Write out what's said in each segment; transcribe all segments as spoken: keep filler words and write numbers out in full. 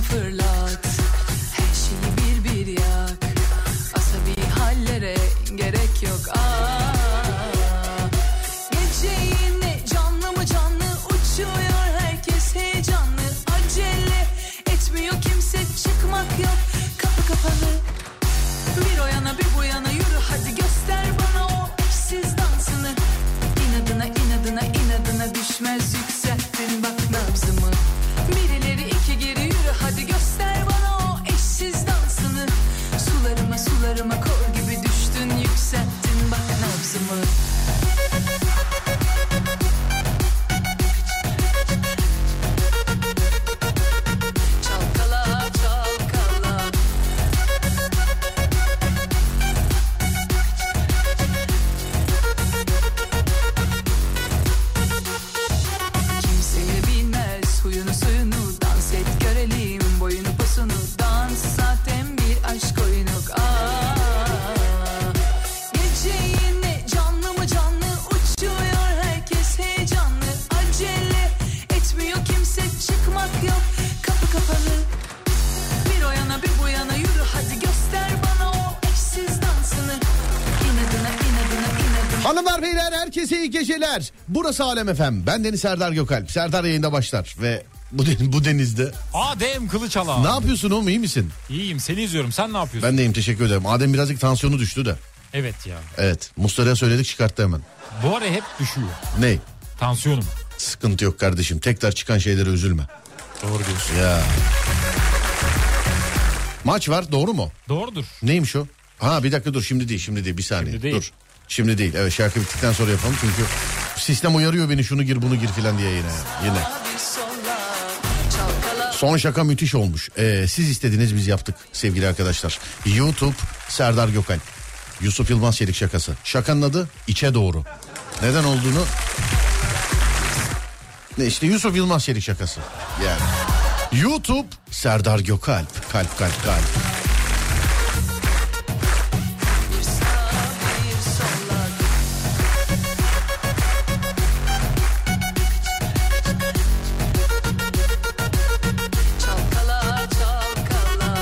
fırlat, her şeyi bir bir yak. Asabi hallere gerek yok. Aa, gece yine canlı mı canlı uçuyor herkes heyecanlı. Acele etmiyor kimse, çıkmak yok, kapı kapalı. Bir o yana bir bu yana yürü hadi, göster bana o eşsiz dansını. İnadına inadına inadına düşmez, yükselttin bak nabzımı. Birileri iki geri yürü hadi, göster bana o eşsiz dansını. Sularıma sularıma kor gibi düştün, yükselttin bak nabzımı. Çalkala çalkala. Kimseye bilmez huyunu suyunu, dans et görelim boyunu posunu. Dans zaten bir aşk oyunu. Aa, gece yine canlı mı canlı uçuyor herkes heyecanlı. Acele etmiyor kimse, çıkmak yok, kapı kapalı. Bir o yana bir bu yana yürü hadi, göster bana o eşsiz dansını. İnadına inadına inadına. Hanımlar beyler herkese iyi geceler. Burası Alem F M. Ben Deniz Serdar Gökalp. Serdar yayında başlar ve bu, bu denizde. Adem Kılıçalan. Ne yapıyorsun oğlum, iyi misin? İyiyim, seni izliyorum. Sen ne yapıyorsun? Ben de iyiyim, teşekkür ederim. Adem birazcık tansiyonu düştü de. Evet ya. Evet, Mustafa'ya söyledik, çıkarttı hemen. Bu ara hep düşüyor. Ne? Tansiyonum. Sıkıntı yok kardeşim. Tekrar çıkan şeylere üzülme. Doğru diyorsun. Ya. Maç var, doğru mu? Doğrudur. Neymiş o? Ha bir dakika dur, şimdi değil şimdi değil bir saniye. Şimdi değil. Dur. Şimdi değil. Evet, şarkı bittikten sonra yapalım çünkü sistem uyarıyor beni, şunu gir bunu gir filan diye yine. Yine. Son şaka müthiş olmuş. Ee, siz istediniz, biz yaptık sevgili arkadaşlar. YouTube Serdar Gökalp. Yusuf Yılmaz Çelik şakası. Şakanın adı İçe Doğru. Neden olduğunu... Ne işte Yusuf Yılmaz Çelik şakası. Yani. YouTube Serdar Gökalp. Kalp kalp kalp. Çalkala çalkala.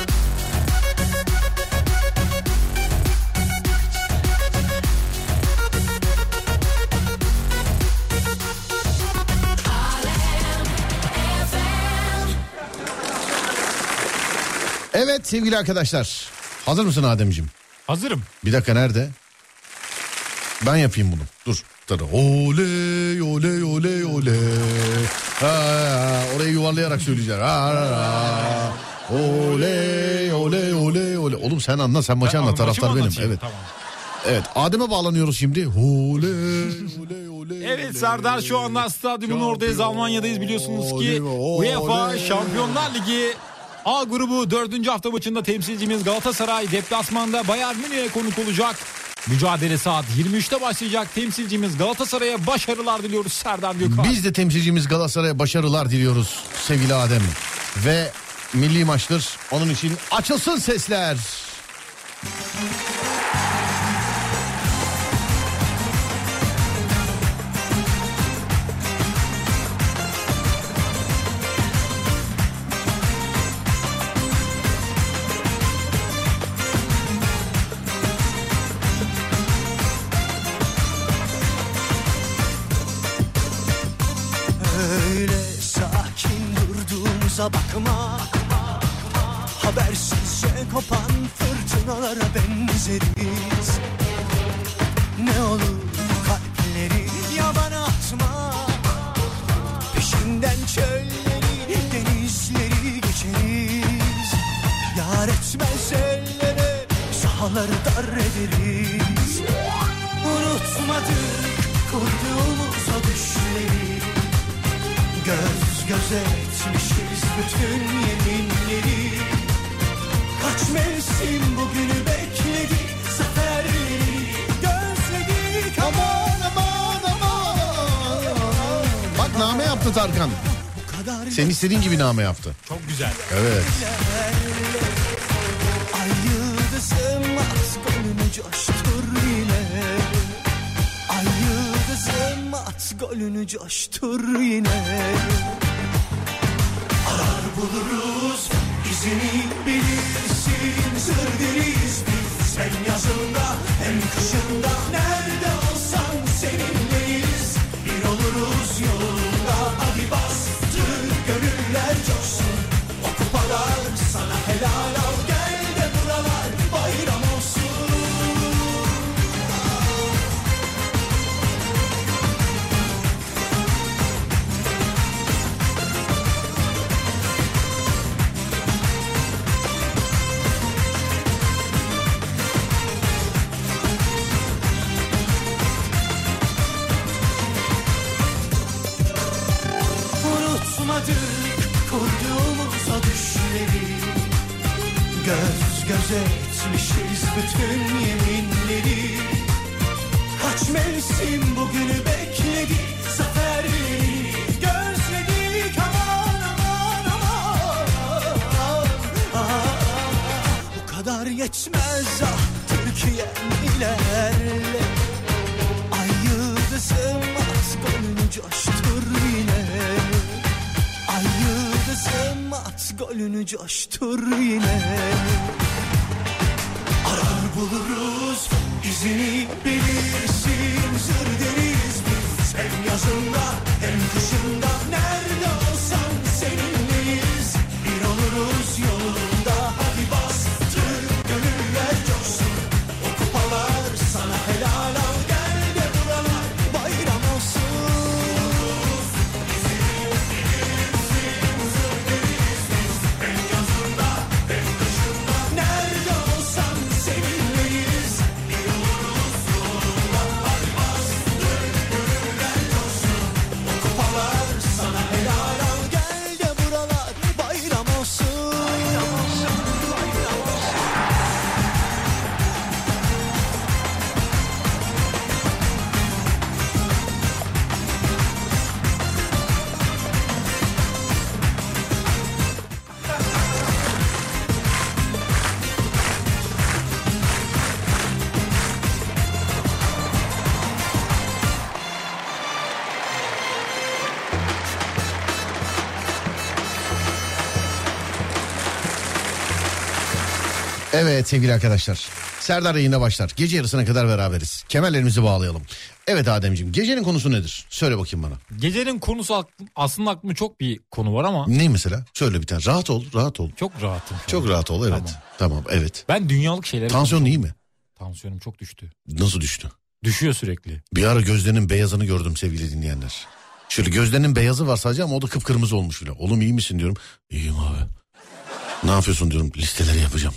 Evet sevgili arkadaşlar. Hazır mısın Ademciğim? Hazırım. Bir dakika, nerede? Ben yapayım bunu. Dur. Dur. Oley oley oley oley. Ha, ha, orayı yuvarlayarak söyleyeceğim. Ha, ha, ha. Oley oley oley oley. Oğlum sen anla, sen maçı Ben anla, maçı taraftar mı benim. anlatayım? Evet. Tamam. Evet, Adem'e bağlanıyoruz şimdi. Oley oley oley. Evet Serdar, şu anda stadyumun oradayız, Almanya'dayız, biliyorsunuz ki UEFA Şampiyonlar Ligi A grubu dördüncü hafta maçında temsilcimiz Galatasaray deplasmanda Bayern Münih'e konuk olacak. Mücadele saat yirmi üçte başlayacak. Temsilcimiz Galatasaray'a başarılar diliyoruz Serdar Gökalp. Biz de temsilcimiz Galatasaray'a başarılar diliyoruz sevgili Adem. Ve milli maçtır, onun için açılsın sesler. Öyle sakin durduğumuza bakma, habersizce kopan fırtınalara benzeriz. Ne olur kalpleri yabana atma, peşinden çölleri denizleri geçeriz. Yar etmez ellere sahaları dar ederiz. Unutmadık kurduğumuz o düşleri, göz göze etmişiz bütün yeminleri. Kaç mevsim bugünü bekledi, zaferleri gözledik. Aman aman aman. Bak name yaptı Tarkan. Sen istediğin gibi name yaptı. Çok güzel. Evet. Ay yıldızım at golünü coştur yine. Ay yıldızım at golünü coştur yine. Arar buluruz İzini bilirsin, sır deriz biz. Hem yazında hem kışında, nerede olsan seninleyiz. Bir oluruz yolunda, hadi bastır gönüller coşsun. O kupalar sana helal al, gel de buralar bayram olsun. Kurduğumuz o düşleri, göz göze etmişiz bütün yeminleri. Kaç mevsim bugünü bekledi, zaferleri gözledik, aman aman aman. Bu kadar yetmez ah Türkiye'm ilerle. Ay yıldızım at golünü coştur yine. Ay yıldızım at golünü coştur yine. Arar buluruz izini bilirsin, sır deriz biz. Hem yazında hem kışında, nerede olsan seninleyiz. Bir oluruz yolunda, hadi bastır gönüller coşsun. O kupalar sana helal al, gel de buralar bayram olsun. Evet sevgili arkadaşlar, Serdar yayına başlar. Gece yarısına kadar beraberiz. Kemerlerimizi bağlayalım. Evet Ademciğim, gecenin konusu nedir? Söyle bakayım bana. Gecenin konusu aslında aklımda çok bir konu var ama. Ne mesela? Söyle bir tane. Rahat ol, rahat ol. Çok rahatım. Çok an. Rahat ol, evet. Tamam, tamam evet. Ben dünyalık şeyleri... Tansiyon iyi mi? Tansiyonum çok düştü. Nasıl düştü? Düşüyor sürekli. Bir ara gözlerinin beyazını gördüm sevgili dinleyenler. Şöyle gözlerinin beyazı var sadece ama o da kıpkırmızı olmuş bile. Oğlum iyi misin diyorum. İyiyim abi. Ne yapıyorsun diyorum. Listeleri yapacağım.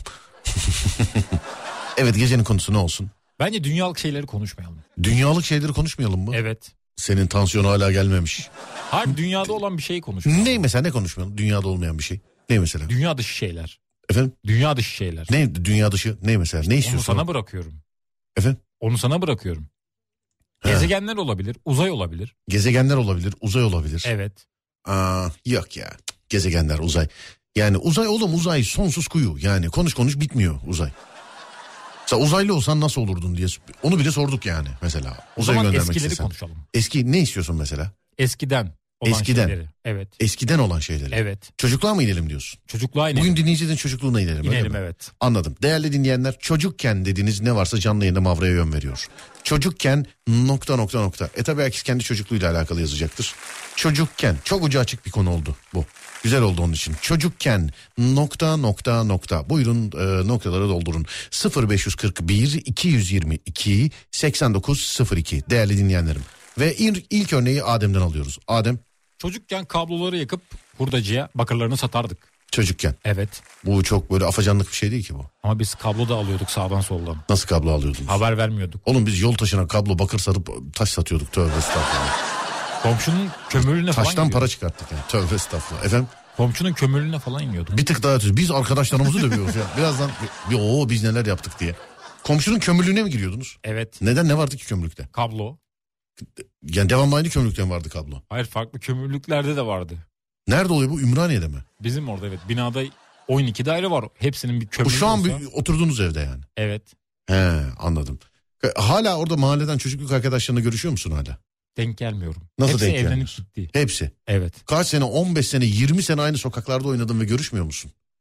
Evet, gecenin konusu ne olsun? Bence dünyalık şeyleri konuşmayalım. Dünyalık şeyleri konuşmayalım mı? Evet. Senin tansiyonu hala gelmemiş. Hayır, dünyada olan bir şey konuşmayalım. Ne mesela, ne konuşmayalım? Dünyada olmayan bir şey. Ne mesela? Dünya dışı şeyler. Efendim? Dünya dışı şeyler. Ne dünya dışı? Ne mesela? Ne istiyorsun? Onu sana bırakıyorum. Efendim? Onu sana bırakıyorum. Gezegenler olabilir, uzay olabilir. Gezegenler olabilir, uzay olabilir. Evet. Aa, yok ya. Gezegenler, uzay. Yani uzay oğlum, uzay sonsuz kuyu. Yani konuş konuş bitmiyor uzay. Sen uzaylı olsan nasıl olurdun diye onu bile sorduk yani mesela. Uzaya o zaman göndermek eskileri istesen. konuşalım. Eski ne istiyorsun mesela? Eskiden olan Eskiden. şeyleri. Evet. Eskiden olan şeyleri. Evet. Çocukluğa mı inelim diyorsun? Çocukluğa inelim. Bugün dinleyicilerin çocukluğuna inelim. İnelim evet. Anladım. Değerli dinleyenler, çocukken dediğiniz ne varsa canlı yayında Mavra'ya yön veriyor. Çocukken nokta nokta nokta. E tabi herkes kendi çocukluğuyla alakalı yazacaktır. Çocukken çok ucu açık bir konu oldu bu. Güzel oldu onun için. Çocukken nokta nokta nokta. Buyurun e, noktaları doldurun. sıfır beş kırk bir iki yüz yirmi iki seksen dokuz sıfır iki değerli dinleyenlerim. Ve ilk, ilk örneği Adem'den alıyoruz. Adem. Çocukken kabloları yakıp hurdacıya bakırlarını satardık. Çocukken. Evet. Bu çok böyle afacanlık bir şey değil ki bu. Ama biz kablo da alıyorduk sağdan soldan. Nasıl kablo alıyordunuz? Haber vermiyorduk. Oğlum biz yol taşına kablo bakır sarıp taş satıyorduk. Tövbe estağfurullah. Komşunun kömürlüğüne falan Taştan para iniyorduk. çıkarttık yani. Tövbe estağfurullah. Efendim? Komşunun kömürlüğüne falan iniyorduk. Bir tık daha ötesi. Biz arkadaşlarımızı dövüyoruz ya. Birazdan bir o biz neler yaptık diye. Komşunun kömürlüğüne mi giriyordunuz? Evet. Neden, ne vardı ki kömürlükte? Kablo. Yani devamlı aynı kömürlükten vardı kablo. Hayır, farklı kömürlüklerde de vardı. Nerede oluyor bu? Ümraniye'de mi? Bizim orada evet. Binada on iki daire var. Hepsinin bir kömürlüğü Bu şu an olsa... bir, oturduğunuz evde yani. Evet. He, anladım. Hala orada mahalleden çocukluk arkadaşlarına görüşüyor musun hala? Denk gelmiyorum. Nasıl Hepsi denk evlenip gelmiyorsun? gitti. Hepsi. Evet. Kaç sene, on beş sene, yirmi sene aynı sokaklarda oynadın ve görüşmüyor musun?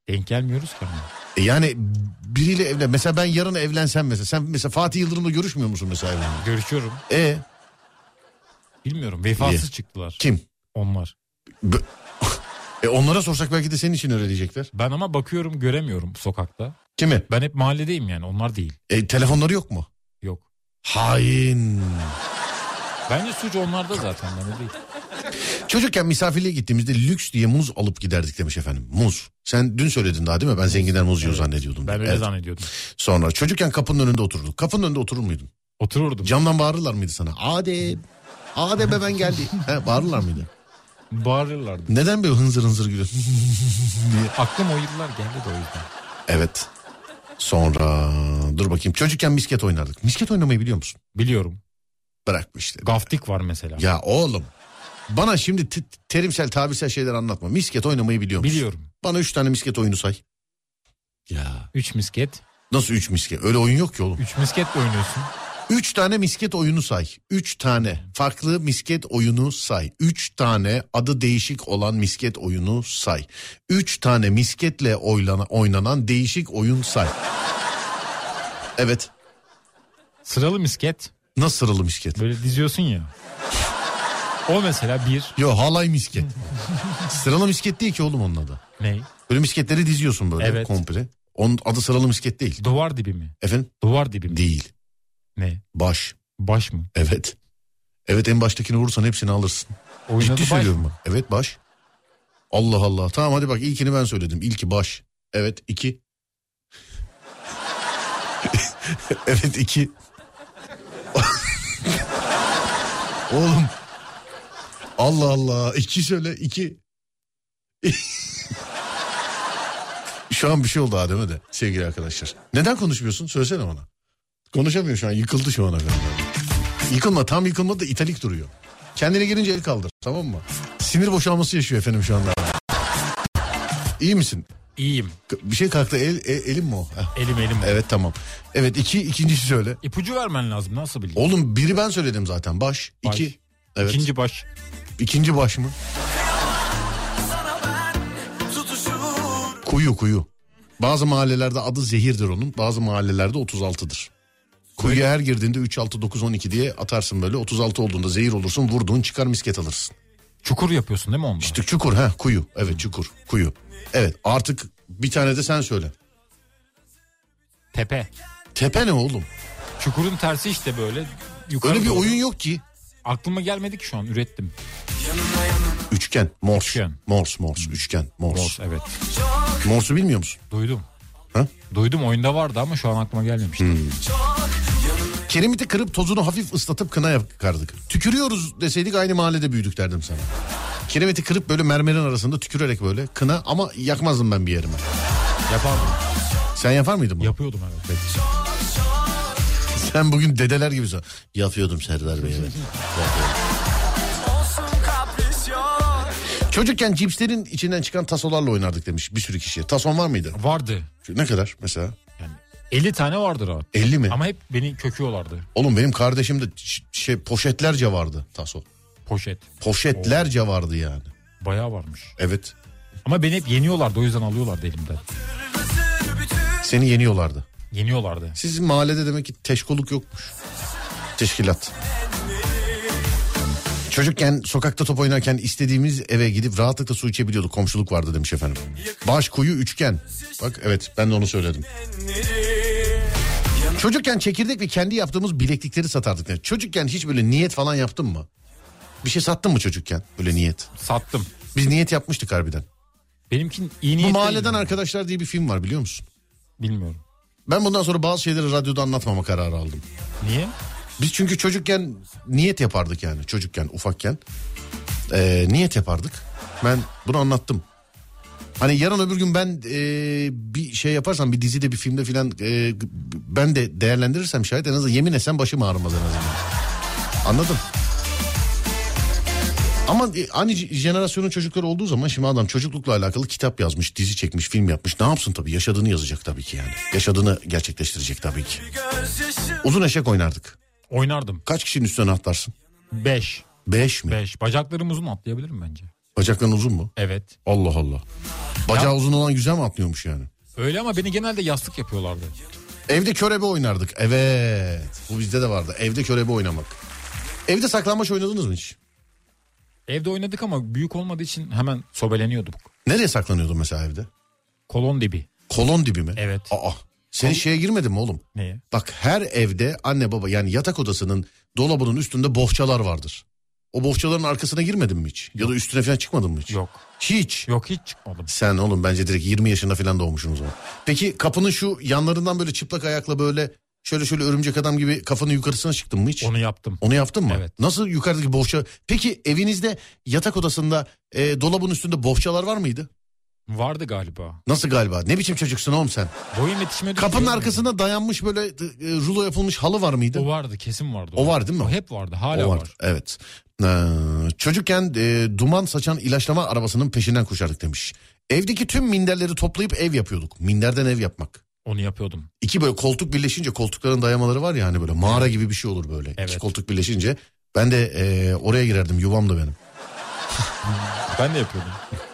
Denk gelmiyoruz ki ama. E yani biriyle evlen. Mesela ben yarın evlensem mesela. Sen mesela Fatih Yıldırım'la görüşmüyor musun mesela evlenme? Görüşüyorum. E Bilmiyorum. Vefasız İyi. çıktılar. Kim? Onlar. B- e onlara sorsak belki de senin için öyle diyecekler. Ben ama bakıyorum göremiyorum sokakta. Kimi? Ben hep mahalledeyim yani, onlar değil. E telefonları yok mu? Yok. Hain. Bence suç onlarda zaten, bende değil. Çocukken misafirliğe gittiğimizde lüks diye muz alıp giderdik demiş efendim. Muz. Sen dün söyledin daha değil mi? Ben zenginler muz yiyor Evet. zannediyordum. Ben öyle Evet. zannediyordum. Sonra çocukken kapının önünde otururduk. Kapının önünde oturur muydun? Otururdum. Camdan bağırırlar mıydı sana? Adem. Adem hemen geldi. He, bağırırlar mıydı? Bağırırlardı. Neden böyle hınzır hınzır gülüyorsun? Aklım o yıllar geldi de o yüzden. Evet. Sonra dur bakayım. Çocukken misket oynardık. Misket oynamayı biliyor musun? Biliyorum. Bırakma işte. Gaftik var mesela. Ya oğlum. Bana şimdi t- terimsel tabirsel şeyler anlatma. Misket oynamayı biliyor musun? Biliyorum. Bana üç tane misket oyunu say. Ya. Üç misket. Nasıl üç misket? Öyle oyun yok ki oğlum. Üç misketle oynuyorsun. Üç tane misket oyunu say. Üç tane farklı misket oyunu say. Üç tane adı değişik olan misket oyunu say. Üç tane misketle oylana, oynanan değişik oyun say. Evet. Sıralı misket. Nasıl sıralı misket? Böyle diziyorsun ya. O mesela bir. Yo halay misket. Sıralı misket değil ki oğlum onun adı. Ne? Böyle misketleri diziyorsun böyle Evet. komple. Onun adı sıralı misket değil. Duvar dibi mi? Efendim? Duvar dibi mi? Değil. Ne? Baş. Baş mı? Evet. Evet, en baştakini vurursan hepsini alırsın. Oyun adı Ciddi baş söylüyorum mı? bak. Evet, baş. Allah Allah. Tamam hadi bak, ilkini ben söyledim. İlki baş. Evet, iki. Evet, iki. Oğlum. Allah Allah. İki söyle. iki. Şu an bir şey oldu Adem'e de sevgili arkadaşlar. Neden konuşmuyorsun? Söylesene bana. Konuşamıyor şu an. Yıkıldı şu ana kadar. Yıkılma. Tam yıkılmadı da italik duruyor. Kendine gelince el kaldır. Tamam mı? Sinir boşalması yaşıyor efendim şu anda. İyi misin? İyiyim. Bir şey kalktı. El, el, elim mi o? Heh. Elim elim. Evet tamam. Evet, iki. İkincisi söyle. İpucu vermen lazım. Nasıl bileyim? Oğlum biri ben söyledim zaten. Baş. Baş. İki. Evet. İkinci baş. İkinci baş mı? Kuyu kuyu. Bazı mahallelerde adı Zehir'dir onun. Bazı mahallelerde otuz altıdır. Kuyuya her girdiğinde üç, altı, dokuz, on iki diye atarsın böyle. otuz altı olduğunda zehir olursun. Vurduğun çıkar misket alırsın. Çukur yapıyorsun değil mi onda? İşte çukur ha kuyu. Evet çukur kuyu. Evet artık bir tane de sen söyle. Tepe. Tepe ne oğlum? Çukurun tersi işte böyle. Yukarı Öyle bir doğru. oyun yok ki. Aklıma gelmedi ki şu an, ürettim. Üçgen. Morse. Üçgen. Morse morse. Üçgen. Morse. Morse, evet. Morse'u bilmiyor musun? Duydum. Ha? Duydum, oyunda vardı ama şu an aklıma gelmemişti. Hmm. Kiremiti kırıp tozunu hafif ıslatıp kına yakardık. Tükürüyoruz deseydik aynı mahallede büyüdük derdim sana. Kiremiti kırıp böyle mermerin arasında tükürerek böyle kına, ama yakmazdım ben bir yerime. Yapardım. Sen yapar mıydın bunu? Yapıyordum evet. Peki. Sen bugün dedeler gibisin. Yapıyordum Serdar Bey, evet. Çocukken cipslerin içinden çıkan tasolarla oynardık demiş bir sürü kişi. Tason var mıydı? Vardı. Ne kadar mesela? Yani elli tane vardı rahat. elli mi? Ama hep beni köküyorlardı. Oğlum benim kardeşim de ş- şey poşetlerce vardı taso. Poşet. Poşetlerce vardı yani. Bayağı varmış. Evet. Ama beni hep yeniyorlardı, o yüzden alıyorlardı elimden. Seni yeniyorlardı. Yeniyorlardı. Sizin mahallede demek ki teşkoluk yokmuş. Teşkilat. Çocukken sokakta top oynarken istediğimiz eve gidip rahatlıkla su içebiliyorduk. Komşuluk vardı demiş efendim. Baş, kuyu, üçgen. Bak evet, ben de onu söyledim. Çocukken çekirdek ve kendi yaptığımız bileklikleri satardık. Yani çocukken hiç böyle niyet falan yaptın mı? Bir şey sattın mı çocukken? Böyle niyet. Sattım. Biz niyet yapmıştık harbiden. Benimkin iyi Bu niyet Mahalleden değil. Arkadaşlar diye bir film var, biliyor musun? Bilmiyorum. Ben bundan sonra bazı şeyleri radyoda anlatmama kararı aldım. Niye? Biz çünkü çocukken niyet yapardık yani. Çocukken, ufakken. Ee, niyet yapardık. Ben bunu anlattım. Hani yarın öbür gün ben e, bir şey yaparsam, bir dizide, bir filmde filan e, ben de değerlendirirsem şayet, en azından yemin etsem başım ağrımaz en azından. Anladın? Ama e, aynı jenerasyonun çocukları olduğu zaman şimdi adam çocuklukla alakalı kitap yazmış, dizi çekmiş, film yapmış. Ne yapsın tabii? Yaşadığını yazacak tabii ki yani. Yaşadığını gerçekleştirecek tabii ki. Uzun eşek oynardık. Oynardım. Kaç kişinin üstüne atlarsın? Beş. Beş mi? Beş. Bacaklarım uzun, atlayabilirim bence. Bacakların uzun mu? Evet. Allah Allah. Bacağı Ya, uzun olan güzel mi atlıyormuş yani? öyle ama beni genelde yastık yapıyorlardı. Evde körebe oynardık. Evet. Bu bizde de vardı. Evde körebe oynamak. Evde saklambaç oynadınız mı hiç? Evde oynadık ama büyük olmadığı için hemen sobeleniyorduk. Nereye saklanıyordun mesela evde? Kolon dibi. Kolon dibi mi? Evet. Aa, senin Kol... şeye girmedin mi oğlum? Neye? Bak her evde anne baba yani yatak odasının dolabının üstünde bohçalar vardır. O bohçaların arkasına girmedin mi hiç? Ya da üstüne falan çıkmadın mı hiç? Yok. Hiç. Yok hiç çıkmadım. Sen oğlum bence direkt yirmi yaşında falan doğmuşsun o zaman. Peki kapının şu yanlarından böyle çıplak ayakla böyle şöyle şöyle örümcek adam gibi kafanın yukarısına çıktın mı hiç? Onu yaptım. Onu yaptın mı? Evet. Nasıl yukarıdaki bohça? Peki evinizde yatak odasında e, dolabın üstünde bohçalar var mıydı? Vardı galiba. Nasıl galiba? Ne biçim çocuksun oğlum sen? Boyum yetişmedi. Kapının arkasında dayanmış böyle e, rulo yapılmış halı var mıydı? O vardı, kesin vardı. O var değil mi? O hep vardı, hala O var. vardı, evet. Ee, çocukken e, duman saçan ilaçlama arabasının peşinden koşardık demiş. Evdeki tüm minderleri toplayıp ev yapıyorduk. Minderden ev yapmak. Onu yapıyordum. İki böyle koltuk birleşince, koltukların dayamaları var ya hani böyle mağara gibi bir şey olur böyle. Evet. İki koltuk birleşince ben de e, oraya girerdim, yuvam da benim. Ben de yapıyordum.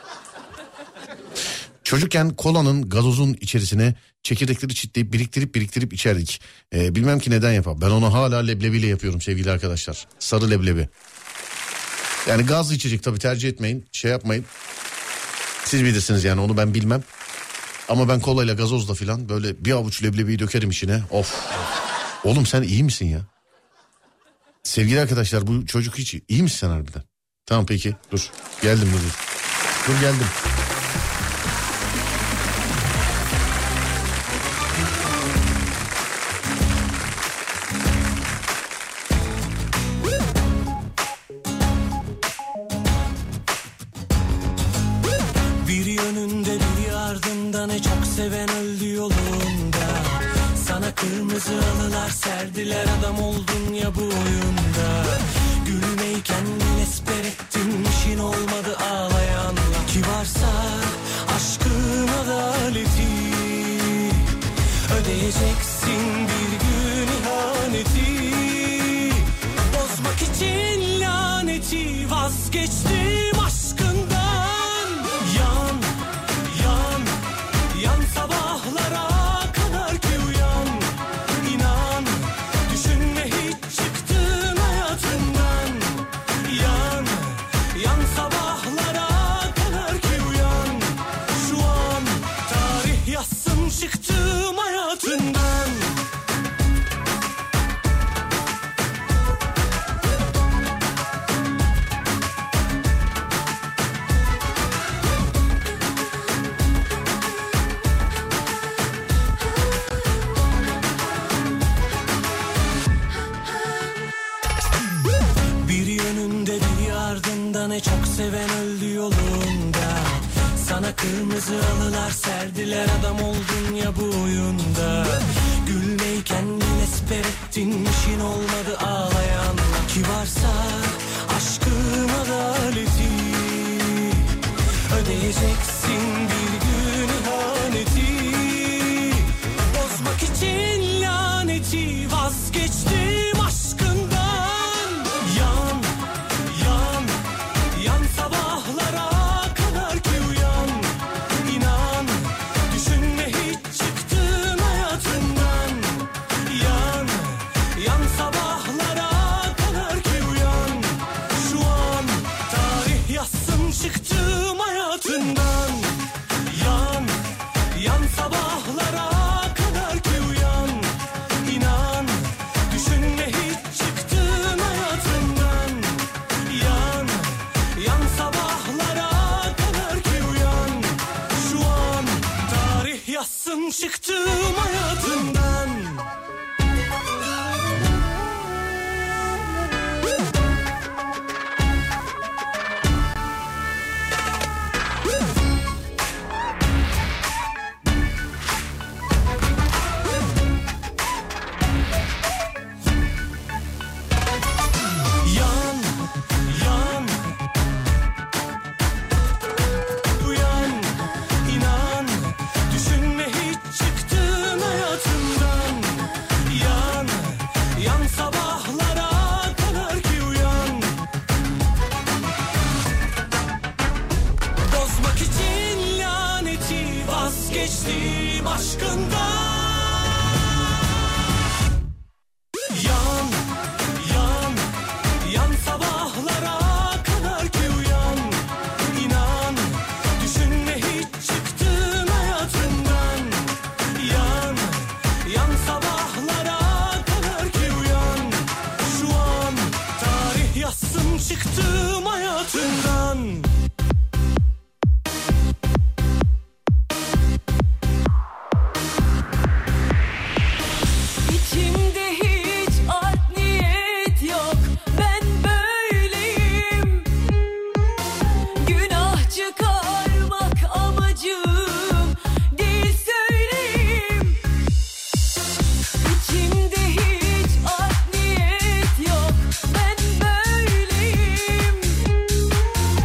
Çocukken kolanın gazozun içerisine çekirdekleri çitleyip biriktirip biriktirip içerdik. Ee, bilmem ki neden yapar. Ben onu hala leblebiyle yapıyorum sevgili arkadaşlar. Sarı leblebi. Yani gazlı içecek tabii tercih etmeyin. Şey yapmayın. Siz bilirsiniz yani, onu ben bilmem. Ama ben kolayla gazozla filan böyle bir avuç leblebiyi dökerim içine. Of. Oğlum sen iyi misin ya? Sevgili arkadaşlar, bu çocuk hiç iyi misin sen harbiden? Tamam peki dur. Geldim dur. Dur geldim. Bir yönünde bir ardında ne çok seven öldü yolunda. Sana kırmızı halılar serdiler, adam oldun ya bu oyunda. Gülmeyken bile esper ettin, işin olmadı ağlayanla. Ki varsa aşkın adaleti, ödeyeceksin bir gün ihaneti. Bozmak için laneti, vazgeçtim aşkından. Yan, yan, yan sabahlara kadar ki uyan. İnan, düşünme hiç çıktın hayatından. Yan, yan sabahlara kadar ki uyan. Şu an tarih yazsın çıktım hayatından. Bir yönünde bir ardında ne çok seven öldü yolunda. Sana kırmızı halılar serdiler, adam oldun ya bu oyunda. Gülmeyken bile esper ettin, işin olmadı ağlayanla. Ki varsa aşkın adaleti, ödeyeceksin bir gün ihaneti. Bozmak için laneti, vazgeçtim aşkından. Yan, yan, yan sabahlara kadar ki uyan. İnan, düşünme hiç çıktın hayatından. Yan, yan sabahlara kadar ki uyan. Şu an tarih yazsın çıktım hayatından. Yan, yan sabahlara kadar ki uyan. İnan, düşünme hiç çıktın hayatından. Yan, yan sabahlara kadar ki uyan. Şu an tarih yazsın çıktım hayatından. Yan, yan, uyan, inan, düşünme hiç çıktın hayatından. vazgeçtim aşkından. Yan, yan, yan sabahlara kadar ki uyan. İnan, düşünme hiç çıktın hayatımdan. Yan, yan sabahlara kadar ki uyan. Şu an tarih yazsın çıktım hayatımdan. İçimde hiç art niyet yok, ben böyleyim. Günah çıkarmak amacım değil söyleyeyim. İçimde hiç art niyet yok, ben böyleyim.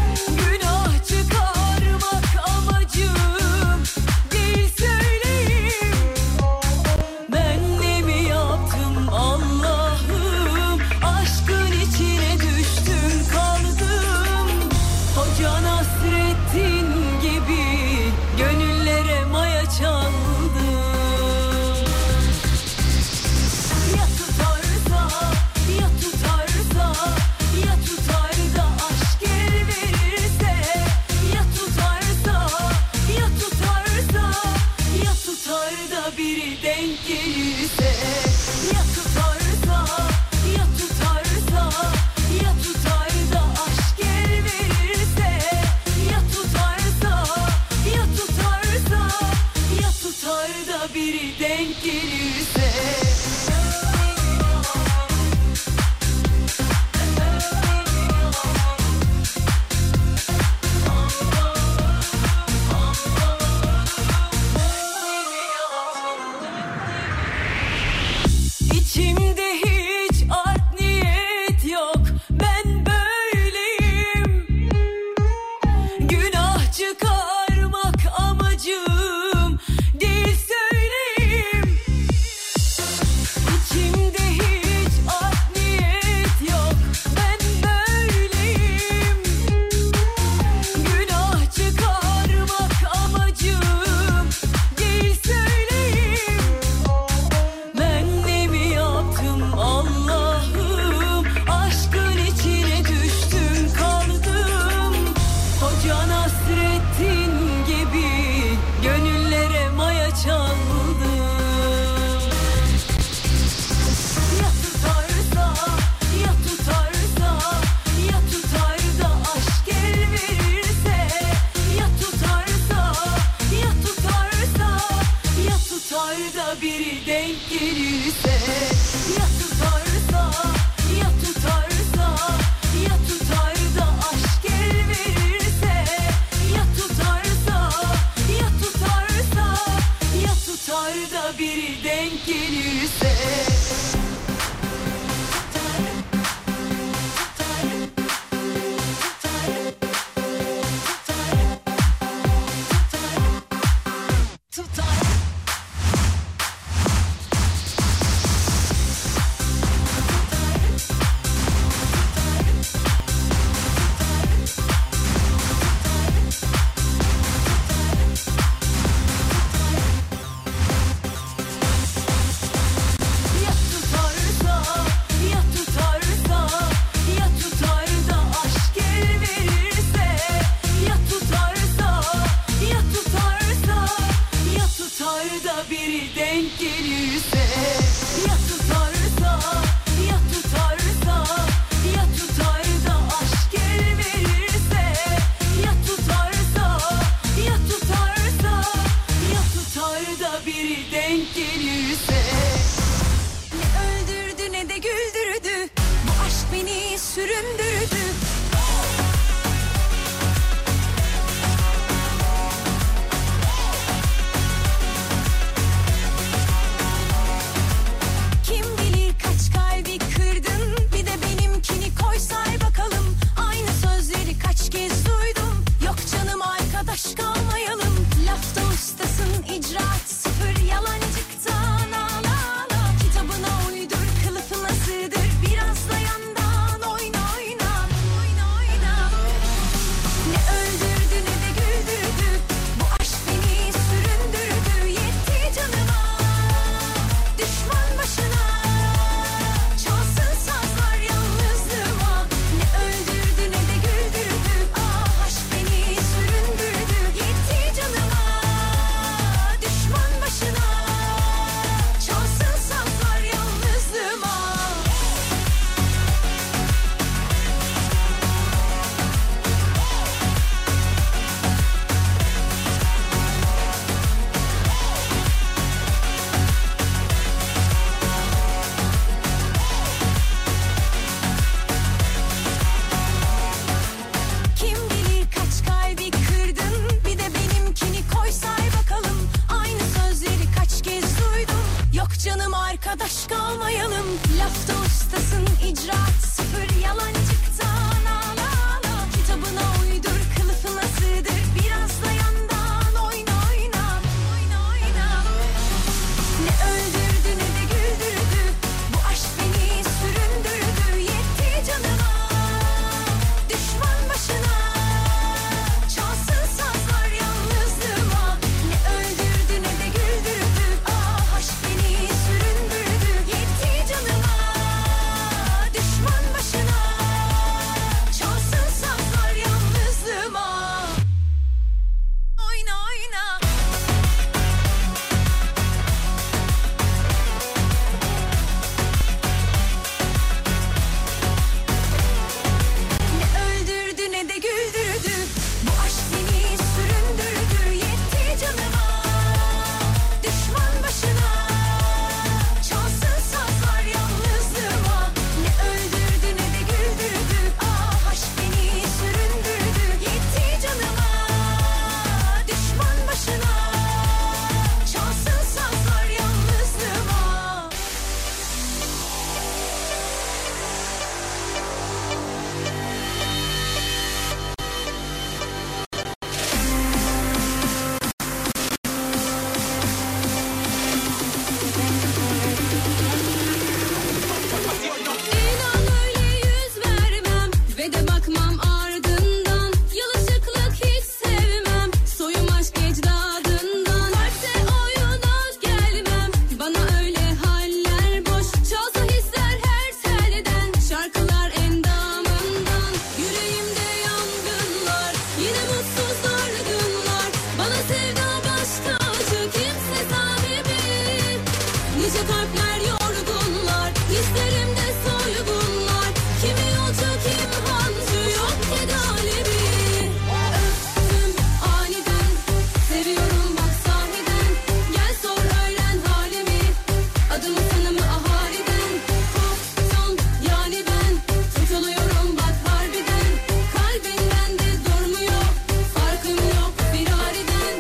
arkadaş kalmayalım. Lafta ustasın, icraat sıfır, yalancıktan ağla ağla. Kitabına uydur, kılıfına sığdır, biraz da yandan oyna oyna. Oyna oyna. Ne öldürdü ne de güldürdü, bu aşk beni süründürdü. Yetti canıma, düşman başına, çalsın sazlar yalnızlığıma. Ne öldürdü ne de güldürdü, ah aşk beni süründürdü. Yetti canıma, düşman başına, çalsın sazlar yalnızlığıma. Oyna oyna. Ne öldürdü ne de güldürdü, bu aşk beni süründürdü. Yetti canıma, düşman başına, çalsın sazlar yalnızlığıma. Ne öldürdü ne de güldürdü, ah aşk beni süründürdü. Yetti canıma, düşman başına, çalsın sazlar yalnızlığıma. İnan öyle yüz vermem ve de bakmam ardından. Yalışıklık hiç sevmem, soyum aşk ecdadından. Kalpte oyuna gelmem, bana öyle haller boş. Çalsa hisler her telden, şarkılar endamından. Yüreğimde yangınlar, yine mutsuz dargınlar. Bana sevda baş tacı, kimse sahibi. Nice kalpler yorgunlar, hislerimde soygunlar. Kimi yolcu kim hancı, yok ki galibi. Öptüm aniden, seviyorum bak sahiden. Gel sor öğren halimi, adımı sanımı ahaliden. Koptum yani ben, tutuluyorum bak harbiden. Kalbin bende durmuyor, farkım yok firariden.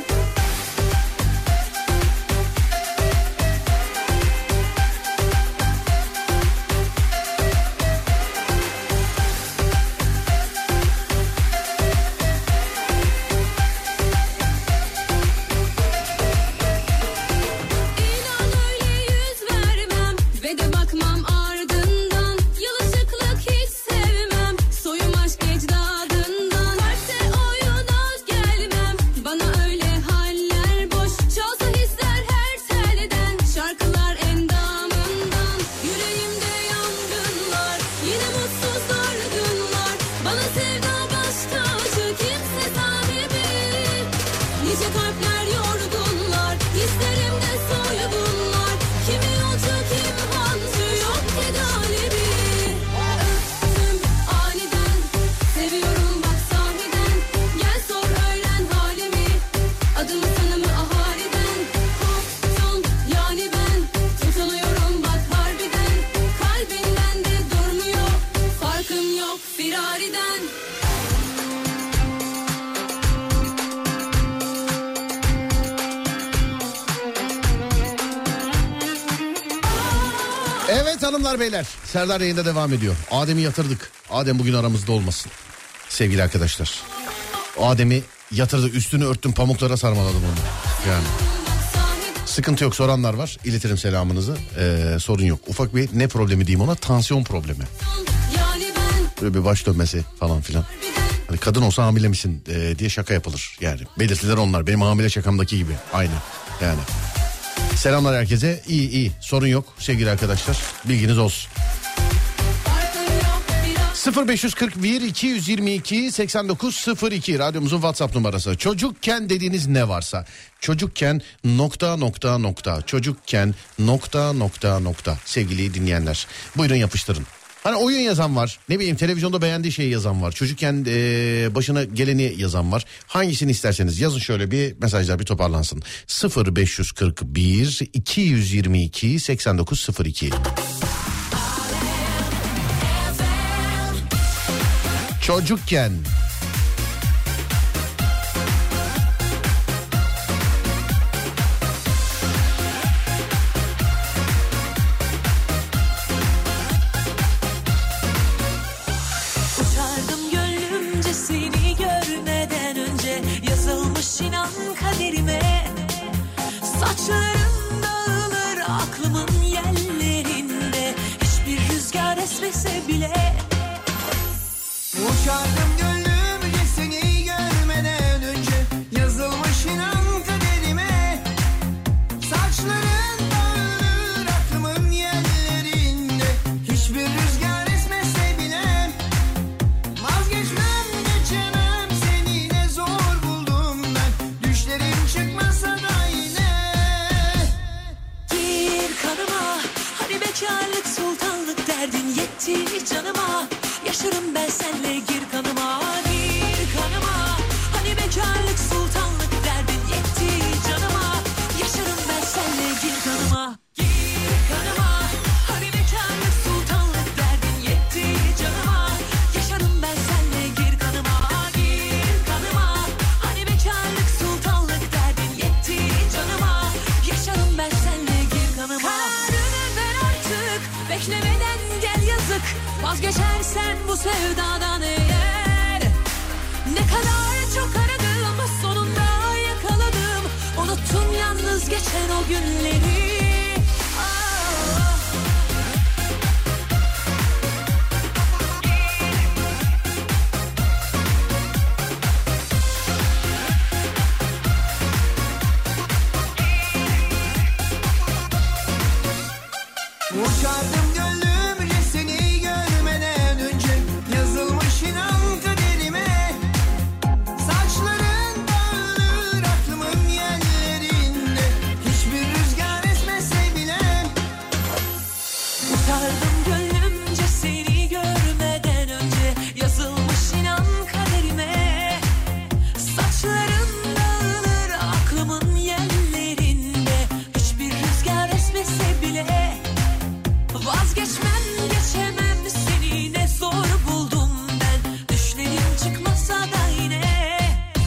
İnan öyle yüz vermem ve de bakmam ardından. Yalışıklık hiç sevmem, soyum aşk ecdadından. Kalpte oyuna gelmem, bana öyle haller boş. Çalsa hisler her telden, şarkılar endamından. Yüreğimde yangınlar, yine mutsuz dargınlar. Bana sevda baş tacı, kimse sahibi. Nice kalpler yorgunlar, hislerimde soygunlar. Kimi yolcu kim hancı, yok ki galibi. Öptüm aniden, seviyorum bak sahiden. Gel sor öğren halimi, adımı sanımı ahaliden. Koptum yani ben, tutuluyorum bak harbiden. Kalbin bende durmuyor, farkım yok firariden. Evet hanımlar beyler, Serdar yayında devam ediyor. Adem'i yatırdık. Adem bugün aramızda olmasın. Sevgili arkadaşlar. Adem'i yatırdık, üstünü örttüm, pamuklara sarmaladım onu. Yani. Sıkıntı yok, soranlar var. İletirim selamınızı. Ee, sorun yok. Ufak bir ne problemi diyeyim ona? Tansiyon problemi. Yani ben, Böyle bir baş dönmesi falan filan. Hani kadın olsa hamile misin ee, diye şaka yapılır. Yani belirtiler onlar. Benim hamile şakamdaki gibi. Aynı yani. Selamlar herkese. İyi iyi, sorun yok sevgili arkadaşlar. Bilginiz olsun. farkım yok biraz. sıfır beş kırk bir iki yüz yirmi iki seksen dokuz sıfır iki radyomuzun WhatsApp numarası. Çocukken dediğiniz ne varsa, çocukken nokta nokta nokta, çocukken nokta nokta nokta, sevgili dinleyenler. Buyurun yapıştırın. Hani oyun yazan var, ne bileyim televizyonda beğendiği şeyi yazan var, çocukken ee, başına geleni yazan var. Hangisini isterseniz yazın, şöyle bir mesajlar bir toparlansın. sıfır beş kırk bir iki yüz yirmi iki seksen dokuz sıfır iki. Çocukken. Saçlarım dağılır aklımın yerlerinde, hiçbir rüzgar esmese bile. Uçardım gönlümce seni görmeden önce, yazılmış inan kaderime. Saçların dağılır aklımın yerlerinde, hiçbir rüzgar esmese bile. Vazgeçmem geçemem seni, ne zor buldum ben, düşlerim çıkmasa da yine. Gir kanıma, hani bekarlık sultanlık derdin yetti canıma. Yaşarım ben senle, gir kanıma, gir kanıma. Hani bekarlık sultanlık derdin yetti canıma. Yaşarım ben senle, gir kanıma, gir kanıma. Hani bekarlık sultanlık derdin yetti canıma. Yaşarım ben senle, gir kanıma, gir kanıma. Hani bekarlık sultanlık derdin yetti canıma. Yaşarım ben senle, gir kanıma. Kararını ver artık, beklemeden gel yazık. Vazgeçersen bu sevdadan eğer, ne kadar çok aradım sonunda yakaladım. Unuttum yalnız geçen o günleri. Ah. Uçardım gönlümce seni görmeden önce, yazılmış inan kaderime. Saçların dağılır aklımın yerlerinde, hiçbir rüzgar esmese bile. Uçardım gönlümce seni görmeden önce, yazılmış inan kaderime. Saçların dağılır aklımın yerlerinde, hiçbir rüzgar esmese bile. Vazgeçmem geçemem seni, ne zor buldum ben, düşlerim çıkmasa da yine.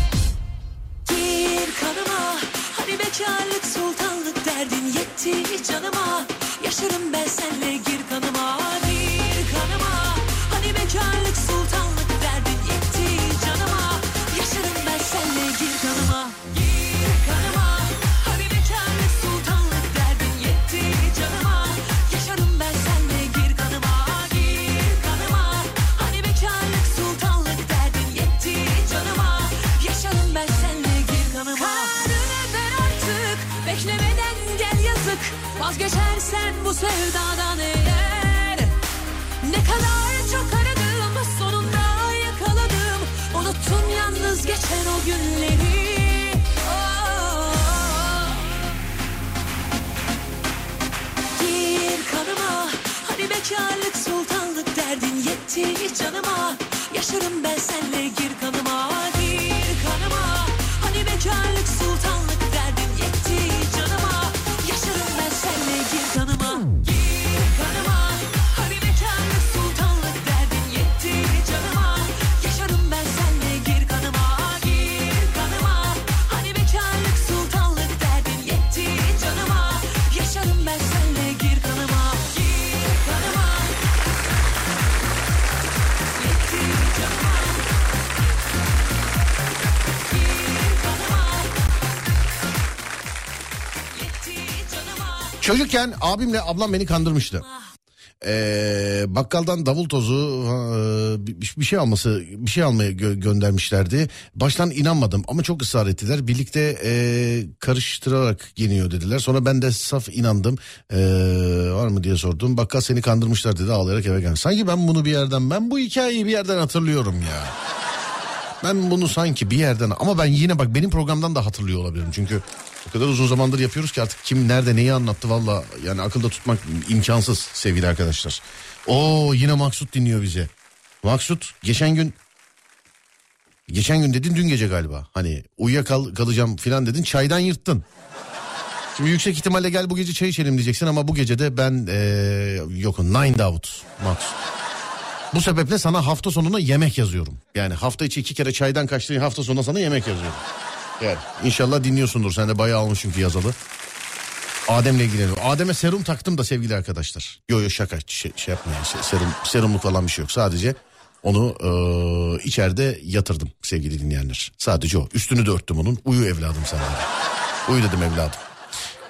Gir kanıma, hani bekarlık sultanlık derdin yetti canıma. Yaşarım ben senle, gir kanıma, gir kanıma. Hani bekarlık sultanlık derdin yetti canıma. Yaşarım ben senle, gir kanıma, gir kanıma. Hani bekarlık sultanlık derdin yetti canıma. Yaşarım ben senle, gir kanıma, gir kanıma. Hani bekarlık sultanlık derdin yetti canıma. Yaşarım ben senle, gir kanıma. Kararını ver artık, beklemeden gel yazık. Vazgeçersen bu sevdadan eğer, ne kadar çok aradım sonunda yakaladım. Unuttum yalnız geçen o günleri. Oh. Gir kanıma, hani bekarlık sultanlık derdin yetti canıma. Yaşarım ben senle, gir kanıma, gir kanıma. Hani bekarlık sultanlık derdin yetti canıma. Yaşarım ben senle, gir kanıma, gir kanıma. Hani bekarlık sultanlık derdin yetti canıma. Yaşarım ben senle, gir kanıma, gir kanıma. Hani bekarlık sultanlık derdin yetti canıma. Yaşarım ben senle, gir kanıma, gir kanıma. Yetti canıma. Gir kanıma. Yetti canıma. Çocukken abimle ablam beni kandırmıştı. Ee, bakkaldan davul tozu e, bir, bir şey alması bir şey almaya gö- göndermişlerdi. Baştan inanmadım ama çok ısrar ettiler. Birlikte e, karıştırarak yeniyor dediler. Sonra ben de saf inandım. E, var mı diye sordum. Bakkal seni kandırmışlar dedi, ağlayarak eve geldim. Sanki ben bunu bir yerden ben bu hikayeyi bir yerden hatırlıyorum ya. Ben bunu sanki bir yerden, ama ben yine bak benim programdan da hatırlıyor olabilirim. Çünkü o kadar uzun zamandır yapıyoruz ki artık kim nerede neyi anlattı valla yani akılda tutmak imkansız sevgili arkadaşlar. Oo, yine Maksut dinliyor bize. Maksut geçen gün geçen gün dedin dün gece galiba, hani uyuyakal kalacağım filan dedin, çaydan yırttın. Şimdi yüksek ihtimalle gel bu gece çay içelim diyeceksin ama bu gece de ben ee, yokum, nine out Maksut. Bu sebeple sana hafta sonuna yemek yazıyorum. Yani hafta içi iki kere çaydan kaçtığın hafta sonuna sana yemek yazıyorum. Yani inşallah dinliyorsundur. Sen de bayağı almış çünkü yazalı. Adem'le ilgileniyorum. Adem'e serum taktım da sevgili arkadaşlar. Yo yo şaka şey, şey yapmayın. Serum, serumluk falan bir şey yok. Sadece onu e, içeride yatırdım sevgili dinleyenler. Sadece o. Üstünü de örttüm onun. Uyu evladım sen. Uyu dedim evladım.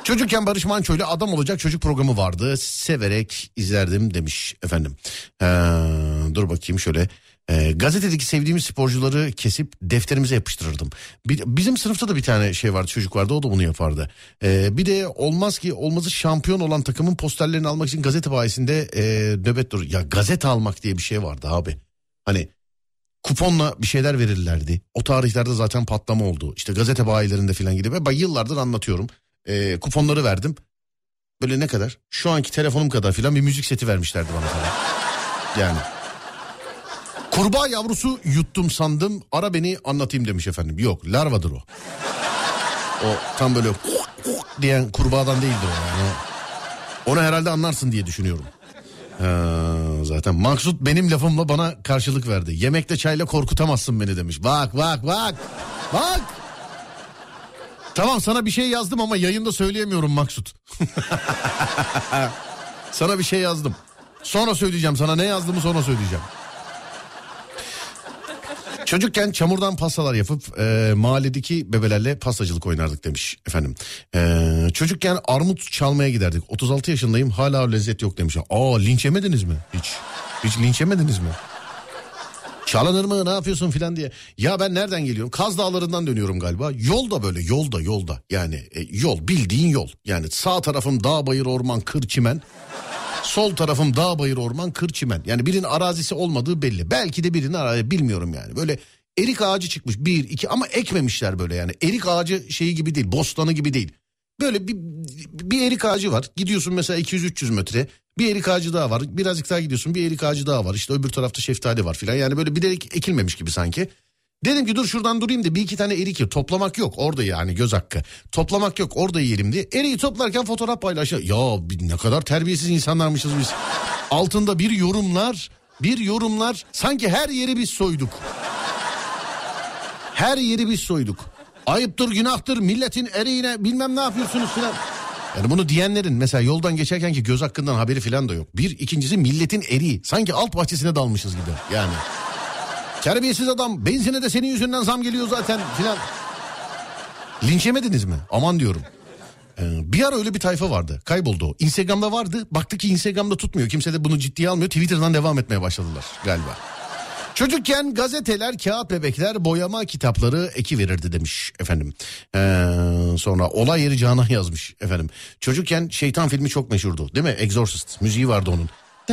Çocukken Barış Manço'yla Adam Olacak Çocuk programı vardı. Severek izlerdim demiş efendim. Ee, dur bakayım şöyle. Ee, gazetedeki sevdiğimiz sporcuları kesip defterimize yapıştırırdım. Bir, bizim sınıfta da bir tane şey vardı, çocuk vardı, o da bunu yapardı. Ee, bir de olmaz ki olmazı şampiyon olan takımın posterlerini almak için gazete bayisinde e, nöbet dur. Ya gazete almak diye bir şey vardı abi. Hani kuponla bir şeyler verirlerdi. O tarihlerde zaten patlama oldu. İşte gazete bayilerinde falan gidip ben yıllardır anlatıyorum. E, kuponları verdim. Böyle ne kadar? Şu anki telefonum kadar filan bir müzik seti vermişlerdi bana falan. Yani. Kurbağa yavrusu yuttum sandım. Ara beni anlatayım demiş efendim. Yok, larvadır o. O tam böyle diyen kurbağadan değildir o yani. Onu herhalde anlarsın diye düşünüyorum. Ha, zaten Maksut benim lafımla bana karşılık verdi. Yemekte çayla korkutamazsın beni demiş. Bak bak bak. Bak. Tamam, sana bir şey yazdım ama yayında söyleyemiyorum Maksut. Sana bir şey yazdım. Sonra söyleyeceğim, sana ne yazdığımı sonra söyleyeceğim. Çocukken çamurdan pastalar yapıp e, mahalledeki bebelerle pastacılık oynardık demiş efendim. E, çocukken armut çalmaya giderdik. otuz altı yaşındayım, hala lezzet yok demiş. Aa, linç yemediniz mi hiç? Hiç linç yemediniz mi? Çalınır mı, ne yapıyorsun filan diye. Ya ben nereden geliyorum? Kaz Dağları'ndan dönüyorum galiba. Yolda böyle yolda yolda yani e, yol, bildiğin yol. Yani sağ tarafım dağ bayır orman kır çimen. Sol tarafım dağ bayır orman kır çimen. Yani birinin arazisi olmadığı belli. Belki de birinin arazisi, bilmiyorum yani. Böyle erik ağacı çıkmış bir iki ama ekmemişler böyle yani. Erik ağacı şeyi gibi değil, bostanı gibi değil. Böyle bir, bir erik ağacı var. Gidiyorsun mesela iki yüz üç yüz metre. Bir erik ağacı daha var. Birazcık daha gidiyorsun, bir erik ağacı daha var. İşte öbür tarafta şeftali var filan. Yani böyle bilerek ekilmemiş gibi sanki. Dedim ki dur şuradan durayım da bir iki tane erik yiyor. Toplamak yok orada yani, göz hakkı. Toplamak yok, orada yiyelim diye. Eriği toplarken fotoğraf paylaşıyor. Ya ne kadar terbiyesiz insanlarmışız biz. Altında bir yorumlar, bir yorumlar. Sanki her yeri biz soyduk. Her yeri biz soyduk. Ayıptır, günahtır, milletin eriğine bilmem ne yapıyorsunuz filan. Yani bunu diyenlerin mesela yoldan geçerken ki göz hakkından haberi filan da yok. Bir, ikincisi milletin eriği. Sanki alt bahçesine dalmışız gibi yani. Terbiyesiz adam, benzine de senin yüzünden zam geliyor zaten filan. Linç yemediniz mi? Aman diyorum. Ee, bir ara öyle bir tayfa vardı, kayboldu o. Instagram'da vardı, baktık ki Instagram'da tutmuyor. Kimse de bunu ciddiye almıyor, Twitter'dan devam etmeye başladılar galiba. Çocukken gazeteler, kağıt bebekler, boyama kitapları ekiverirdi demiş efendim. Ee, sonra olay yeri Canan yazmış efendim. Çocukken Şeytan filmi çok meşhurdu değil mi? Exorcist müziği vardı onun.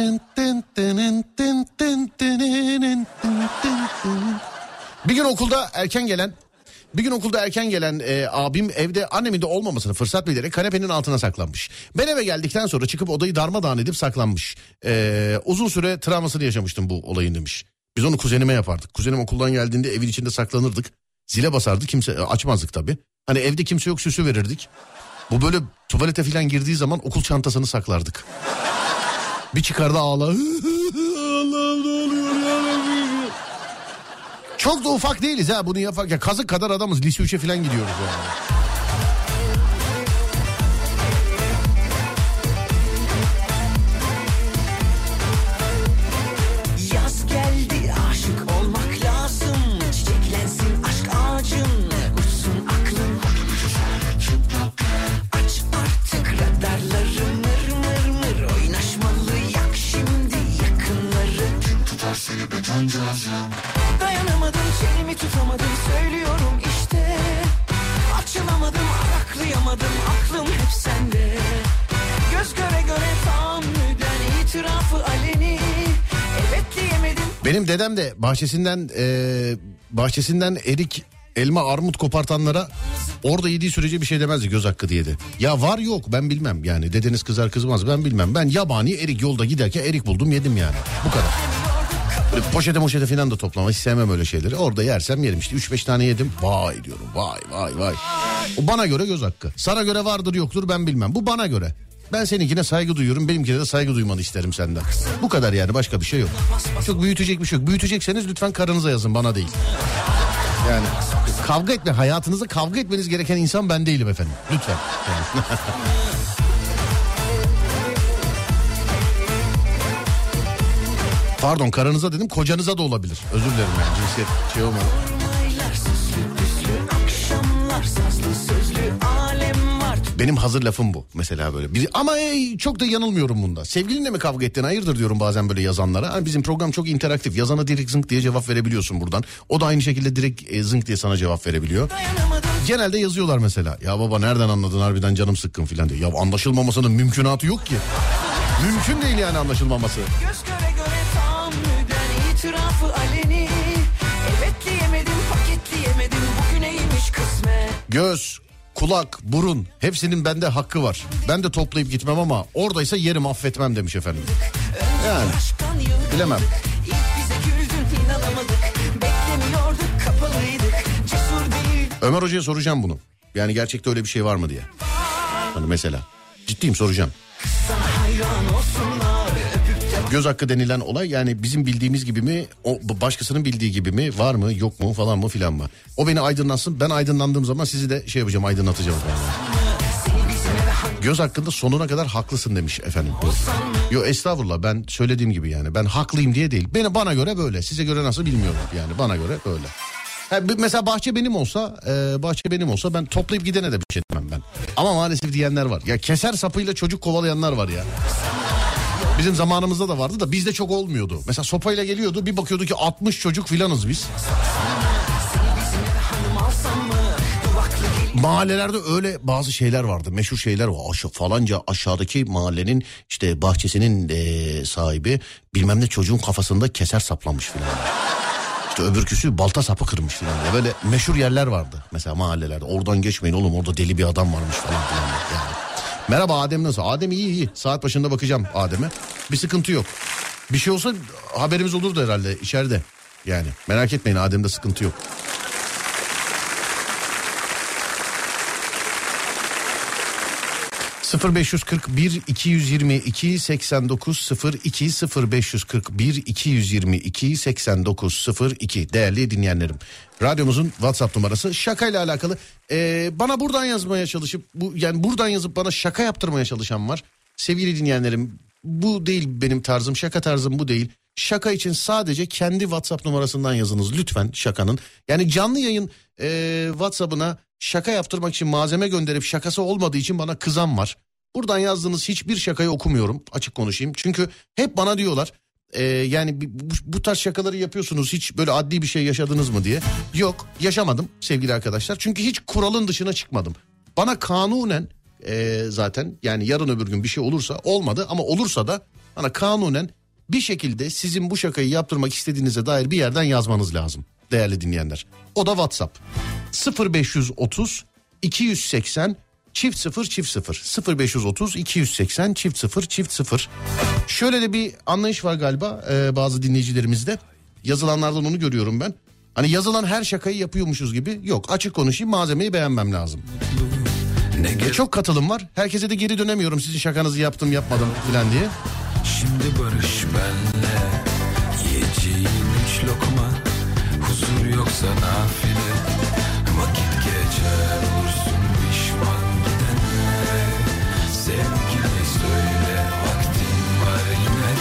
Bir gün okulda erken gelen Bir gün okulda erken gelen e, abim evde annemin de olmamasını fırsat bilerek kanepenin altına saklanmış. Ben eve geldikten sonra çıkıp odayı darmadağın edip saklanmış. E, uzun süre travmasını yaşamıştım bu olayın demiş. Biz onu kuzenime yapardık. Kuzenim okuldan geldiğinde evin içinde saklanırdık. Zile basardı, kimse açmazdık tabii. Hani evde kimse yok, süsü verirdik. Bu böyle tuvalete falan girdiği zaman okul çantasını saklardık. Bir çıkardı ağla. Allah'ım ne oluyor ya? Çok da ufak değiliz ha bunu yaparken. Kazık kadar adamız, lise üçe falan gidiyoruz yani. Dayanamadım, çenemi tutamadım, söylüyorum işte. Açılamadım, araklayamadım, aklım hep sende. Göz göre göre tahammüden itirafı aleni. Evet diyemedim. Benim dedem de bahçesinden e, bahçesinden erik, elma, armut kopartanlara orada yediği sürece bir şey demezdi, göz hakkı diyedi. Ya var yok ben bilmem yani, dedeniz kızar kızmaz ben bilmem. Ben yabani erik, yolda giderken erik buldum yedim yani, bu kadar. Böyle poşete moşete falan da toplama, hiç sevmem öyle şeyleri. Orada yersem yerim işte, üç beş tane yedim. Vay diyorum, vay vay vay. O bana göre göz hakkı. Sana göre vardır yoktur ben bilmem. Bu bana göre. Ben seninkine saygı duyuyorum, benimkine de saygı duymanı isterim senden. Bu kadar yani, başka bir şey yok. Çok büyütecek bir şey yok. Büyütecekseniz lütfen karınıza yazın, bana değil. Yani kavga etme, hayatınızda kavga etmeniz gereken insan ben değilim efendim. Lütfen. Yani. Pardon, karınıza dedim, kocanıza da olabilir. Özür dilerim yani, cinsiyet şey olmadı. Benim hazır lafım bu mesela böyle. Bir, ama e, çok da yanılmıyorum bunda. Sevgilinle mi kavga ettin hayırdır diyorum bazen böyle yazanlara. Hani bizim program çok interaktif. Yazana direkt zınk diye cevap verebiliyorsun buradan. O da aynı şekilde direkt e, zınk diye sana cevap verebiliyor. Genelde yazıyorlar mesela. Ya baba nereden anladın harbiden canım sıkkın filan diye. Ya anlaşılmamasının mümkünatı yok ki. Mümkün değil yani anlaşılmaması. Göz göre göre tahammüden itirafı aleni. Evet diyemedim paketleyemedim bugüneymiş kısmet. Göz, kulak, burun hepsinin bende hakkı var. Ben de toplayıp gitmem ama oradaysa yerim affetmem demiş efendim. Yani bilemem. İlk bize güldün inanamadık. Beklemiyorduk kapalıydık. Cesur değil. Ömer Hoca'ya soracağım bunu. Yani gerçekte öyle bir şey var mı diye. Hani mesela ciddiyim soracağım. Göz hakkı denilen olay yani bizim bildiğimiz gibi mi, o başkasının bildiği gibi mi, var mı, yok mu falan mı filan mı? O beni aydınlatsın, ben aydınlandığım zaman sizi de şey yapacağım, aydınlatacağım. Yani. Göz hakkında sonuna kadar haklısın demiş efendim. Yo estağfurullah, ben söylediğim gibi yani ben haklıyım diye değil. Beni bana göre böyle, size göre nasıl bilmiyorum yani, bana göre böyle. Ha, mesela bahçe benim olsa, e, bahçe benim olsa ben toplayıp gidene de bir şey demem ben. Ama maalesef diyenler var. Ya keser sapıyla çocuk kovalayanlar var ya. Bizim zamanımızda da vardı da bizde çok olmuyordu. Mesela sopayla geliyordu, bir bakıyordu ki altmış çocuk filanız biz. Mahallelerde öyle bazı şeyler vardı, meşhur şeyler var. Aşağı, falanca aşağıdaki mahallenin işte bahçesinin e, sahibi bilmem ne çocuğun kafasında keser saplamış filan. İşte öbürküsü balta sapı kırmış filan. Böyle meşhur yerler vardı mesela mahallelerde. Oradan geçmeyin oğlum, orada deli bir adam varmış falan filan yani. Merhaba Adem nasıl? Adem iyi iyi. Saat başında bakacağım Adem'e. Bir sıkıntı yok. Bir şey olsa haberimiz olurdu herhalde içeride. Yani merak etmeyin, Adem'de sıkıntı yok. sıfır beş kırk bir iki yüz yirmi iki seksen dokuz sıfır iki sıfır beş kırk bir iki yüz yirmi iki seksen dokuz sıfır iki değerli dinleyenlerim. Radyomuzun WhatsApp numarası, şakayla alakalı ee, bana buradan yazmaya çalışıp bu yani buradan yazıp bana şaka yaptırmaya çalışan var. Sevgili dinleyenlerim, bu değil benim tarzım, şaka tarzım bu değil. Şaka için sadece kendi WhatsApp numarasından yazınız lütfen şakanın. Yani canlı yayın ee, WhatsApp'ına şaka yaptırmak için malzeme gönderip şakası olmadığı için bana kızan var. Buradan yazdığınız hiçbir şakayı okumuyorum, açık konuşayım. Çünkü hep bana diyorlar e, yani bu, bu tarz şakaları yapıyorsunuz, hiç böyle adli bir şey yaşadınız mı diye. Yok, yaşamadım sevgili arkadaşlar. Çünkü hiç kuralın dışına çıkmadım. Bana kanunen e, zaten yani yarın öbür gün bir şey olursa, olmadı ama olursa da bana kanunen bir şekilde sizin bu şakayı yaptırmak istediğinize dair bir yerden yazmanız lazım değerli dinleyenler. O da WhatsApp sıfır beş otuz iki yüz seksen çift sıfır çift sıfır sıfır beş otuz iki yüz seksen çift sıfır çift sıfır. Şöyle de bir anlayış var galiba e, bazı dinleyicilerimizde. Yazılanlardan onu görüyorum ben. Hani yazılan her şakayı yapıyormuşuz gibi. Yok, açık konuşayım, malzemeyi beğenmem lazım. E, çok katılım var. Herkese de geri dönemiyorum sizin şakanızı yaptım yapmadım falan diye. Şimdi barış benle, yiyeceğin üç lokma, huzur yoksa nafile, vakit geçer olursun pişman gidenlere, sevgili söyle vaktin var yine.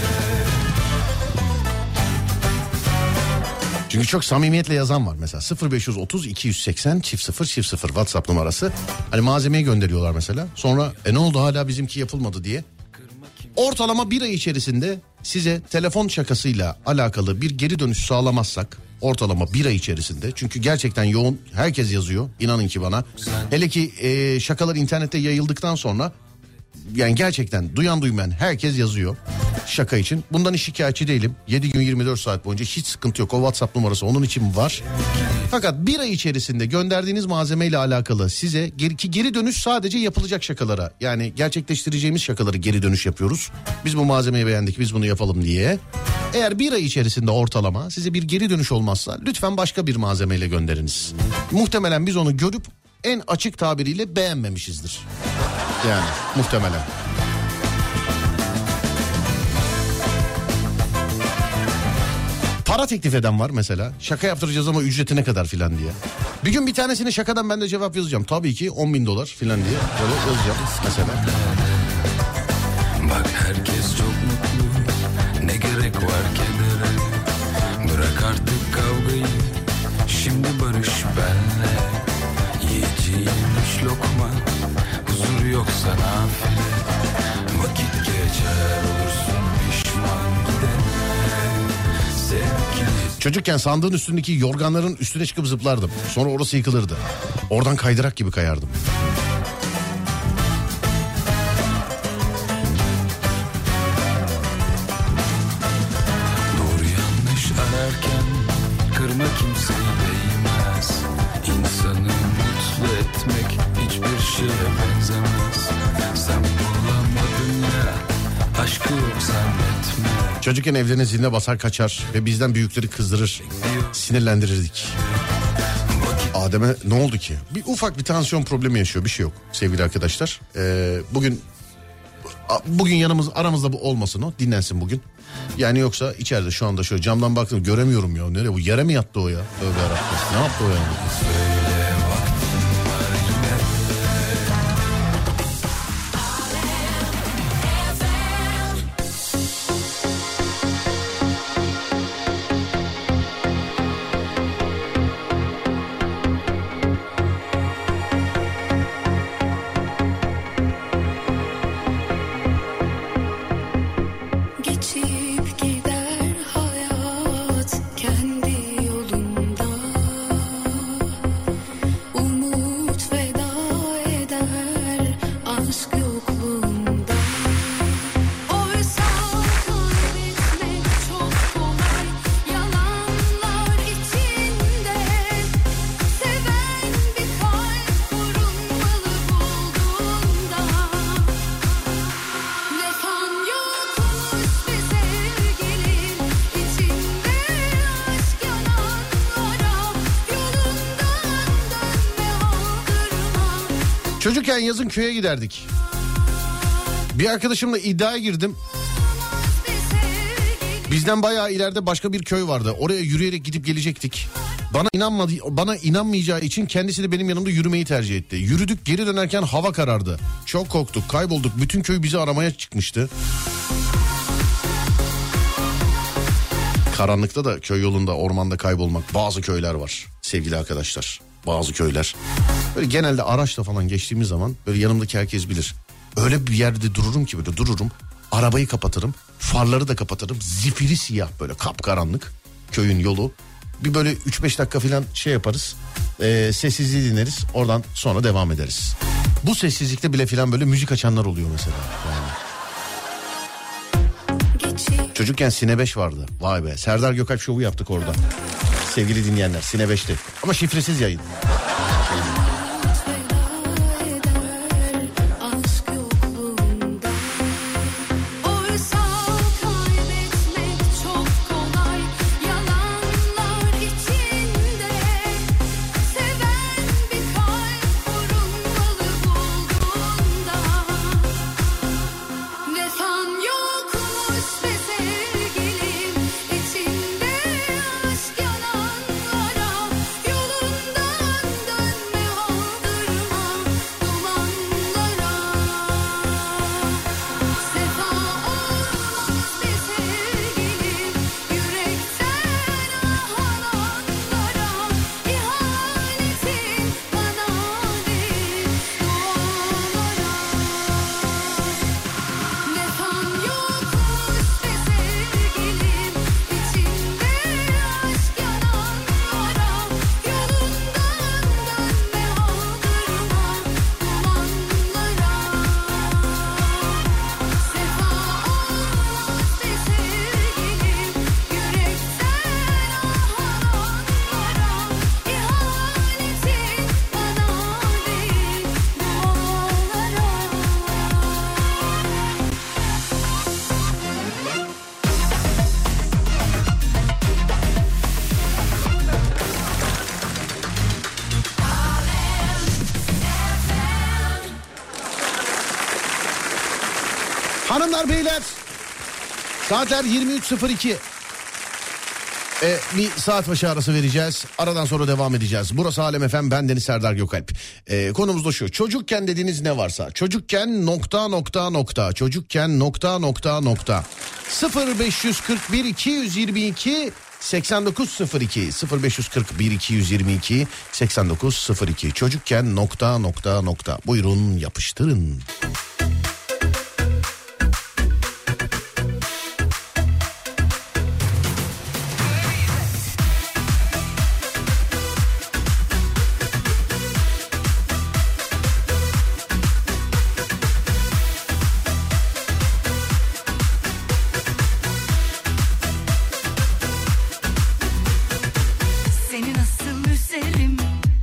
Çünkü çok samimiyetle yazan var mesela sıfır beş otuz iki yüz seksen çift sıfır çift sıfır WhatsApp numarası. Hani malzemeyi gönderiyorlar mesela, sonra e ne oldu hala bizimki yapılmadı diye. Ortalama bir ay içerisinde size telefon şakasıyla alakalı bir geri dönüş sağlamazsak, ortalama bir ay içerisinde, çünkü gerçekten yoğun, herkes yazıyor inanın ki bana. Hele ki e, şakalar internette yayıldıktan sonra yani gerçekten duyan duymayan herkes yazıyor şaka için. Bundan hiç şikayetçi değilim. yedi gün yirmi dört saat boyunca hiç sıkıntı yok. O WhatsApp numarası onun için var. Fakat bir ay içerisinde gönderdiğiniz malzemeyle alakalı size geri, ki geri dönüş sadece yapılacak şakalara, yani gerçekleştireceğimiz şakaları geri dönüş yapıyoruz. Biz bu malzemeyi beğendik, biz bunu yapalım diye. Eğer bir ay içerisinde ortalama size bir geri dönüş olmazsa lütfen başka bir malzemeyle gönderiniz. Muhtemelen biz onu görüp en açık tabiriyle beğenmemişizdir. Yani muhtemelen. Para teklif eden var mesela. Şaka yaptıracağız ama ücreti ne kadar filan diye. Bir gün bir tanesine şakadan ben de cevap yazacağım. Tabii ki on bin dolar filan diye böyle yazacağım mesela. Bak herkes çok mutlu, ne gerek var kedere, bırak artık kavgayı, şimdi barış benle, yiyeceğin üç lokma, Çocukken sandığın üstündeki yorganların üstüne çıkıp zıplardım. Sonra orası yıkılırdı. Oradan kaydırak gibi kayardım. Doğru yanlış ararken kırma kimseyi değmez. İnsanı mutlu etmek hiçbir şeye benzemez. Sen bulamadın ya, aşkı yok zannetme. Çocukken evlerine ziline basar kaçar ve bizden büyükleri kızdırır, sinirlendirirdik. Adem'e ne oldu ki? Bir ufak bir tansiyon problemi yaşıyor, bir şey yok sevgili arkadaşlar. Ee, bugün bugün yanımız aramızda bu olmasın, o dinlensin bugün. Yani yoksa içeride şu anda şöyle camdan baktım, göremiyorum ya, nereye, bu yere mi yattı o ya? Tövbe yarabbim, ne yaptı o yani? Geçip gider hayat kendi yolunda, umut veda eder aşk yokluğunda. Oysa kaybetmek çok kolay, yalanlar içinde. Seven bir kalp korunmalı bulduğunda. Vefan yokmuş be sevgilim, içinde aşk yananlara. Yolundan dönme aldırma. Çocukken yazın köye giderdik. Bir arkadaşımla iddiaya girdim. Be sevgilim. Bizden bayağı ileride başka bir köy vardı. Oraya yürüyerek gidip gelecektik. Bana inanmadı, bana inanmayacağı için kendisi de benim yanımda yürümeyi tercih etti. Yürüdük, geri dönerken hava karardı. Çok korktuk, kaybolduk. Bütün köy bizi aramaya çıkmıştı. Karanlıkta da köy yolunda, ormanda kaybolmak, bazı köyler var sevgili arkadaşlar. Bazı köyler. Böyle genelde araçla falan geçtiğimiz zaman böyle yanımdaki herkes bilir. Öyle bir yerde dururum ki, böyle dururum. Arabayı kapatırım, farları da kapatırım. Zifiri siyah, böyle kapkaranlık köyün yolu. Bir böyle üç beş dakika falan şey yaparız. Ee, sessizliği dinleriz. Oradan sonra devam ederiz. Bu sessizlikte bile falan böyle müzik açanlar oluyor mesela. Yani. Geçip Çocukken Sine beş vardı. Vay be. Serdar Gökalp şovu yaptık orada. Sevgili dinleyenler, Sine beşti. Ama şifresiz yayın. umut veda eder aşk yokluğunda. Oysa kaybetmek çok kolay, yalanlar içinde. Seven bir kalp korunmalı bulduğunda. Vefan yokmuş be sevgilim, içinde aşk yananlara. Yolundan dönme aldırma dumanlara. Sefa olmaz be sevgilim, yürekten ahalanlara. İhanetin bana değil dualara. Vefan yokmuş be sevgilim, içinde aşk yananlara. Yolundan dönme aldırma dumanlara. Sefa olmaz be sevgilim, yürekten ahalanlara. İhanetin bana değil Hanımlar beyler, saatler yirmi üç sıfır iki. Ee, bir saat başı arası vereceğiz. Aradan sonra devam edeceğiz. Burası Alem F M, ben Deniz Serdar Gökalp. Ee, konumuz da şu: çocukken dediğiniz ne varsa. Çocukken nokta nokta nokta. Çocukken nokta nokta nokta. sıfır beş kırk bir iki yüz yirmi iki seksen dokuz sıfır iki sıfır beş kırk bir iki yüz yirmi iki seksen dokuz sıfır iki. Çocukken nokta nokta nokta. Buyurun yapıştırın.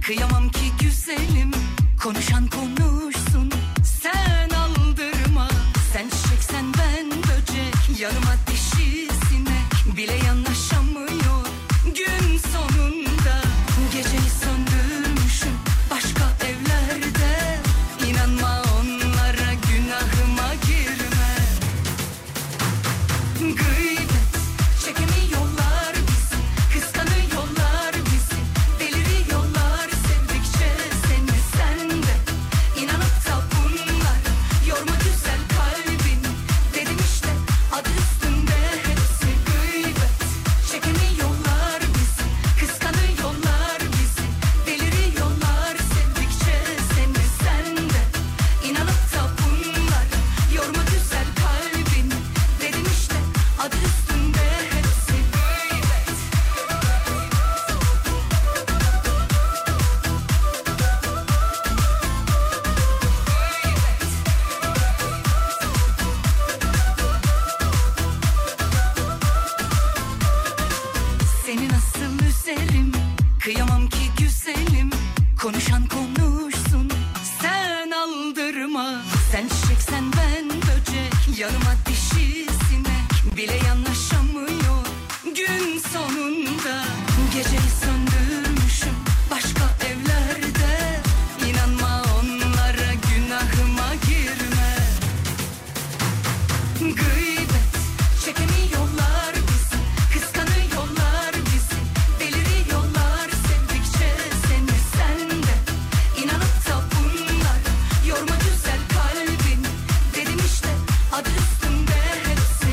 Kıyamam ki güzelim, konuşan konuşsun. Sen aldırma, sen çiçeksen ben böcek. Yanıma dişi sinek bile yanaşamıyor. Gün sonunda geceyi söndürmüşüm başka evlerde. İnanma onlara, günahıma girme. Gıybet çekemiyorlar bizi, kıskanıyorlar bizi, deliriyorlar sevdikçe seni. Sen de inanıp da bunlar yorma güzel kalbini. Dedim işte adı üstünde hepsi. Gıybet çekemiyorlar bizi, kıskanıyorlar bizi, deliriyorlar sevdikçe seni. Sen de inanıp da bunlar yorma güzel kalbini. Dedim işte adı üstünde hepsi. Gıybet. Seni nasıl üzerim, kıyamam ki güzelim, konuşan konuşsun. Sen aldırma, sen çiçeksen ben böcek. Yanıma dişi sinek bile yanaşamıyor. Gün sonunda geceyi söndürmüşüm başka evlerde. İnanma onlara, günahıma girme. Gıybet çekemiyorlar bizi, kıskanıyorlar bizi, deliriyorlar sevdikçe seni. Sen de inanıp da bunlar yorma güzel kalbini. Dedim işte adı üstünde hepsi.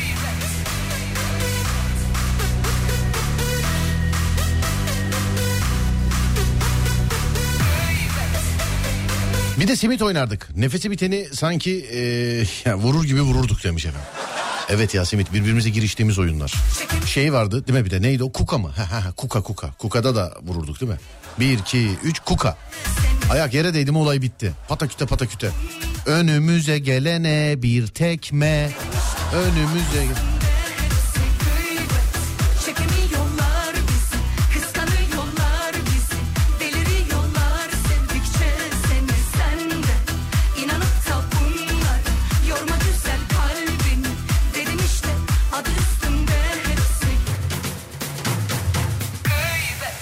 Bir de simit oynardık. Nefesi biteni sanki eee, ya vurur gibi vururduk demiş efendim. Evet ya, simit, birbirimize giriştiğimiz oyunlar. Şey vardı değil mi bir de, neydi o, kuka mı? Ha, ha, ha, kuka kuka. Kukada da vururduk değil mi? Bir, iki, üç, kuka. Ayak yere değdi mi olay bitti. Pataküte pataküte. Önümüze gelene bir tekme. Önümüze... Çekemiyorlar bizi, kıskanıyorlar bizi, deliriyorlar sevdikçe seni. Sen de inanıp da bunlar yorma güzel kalbini. Dedim işte adı üstünde hepsi. Gıybet.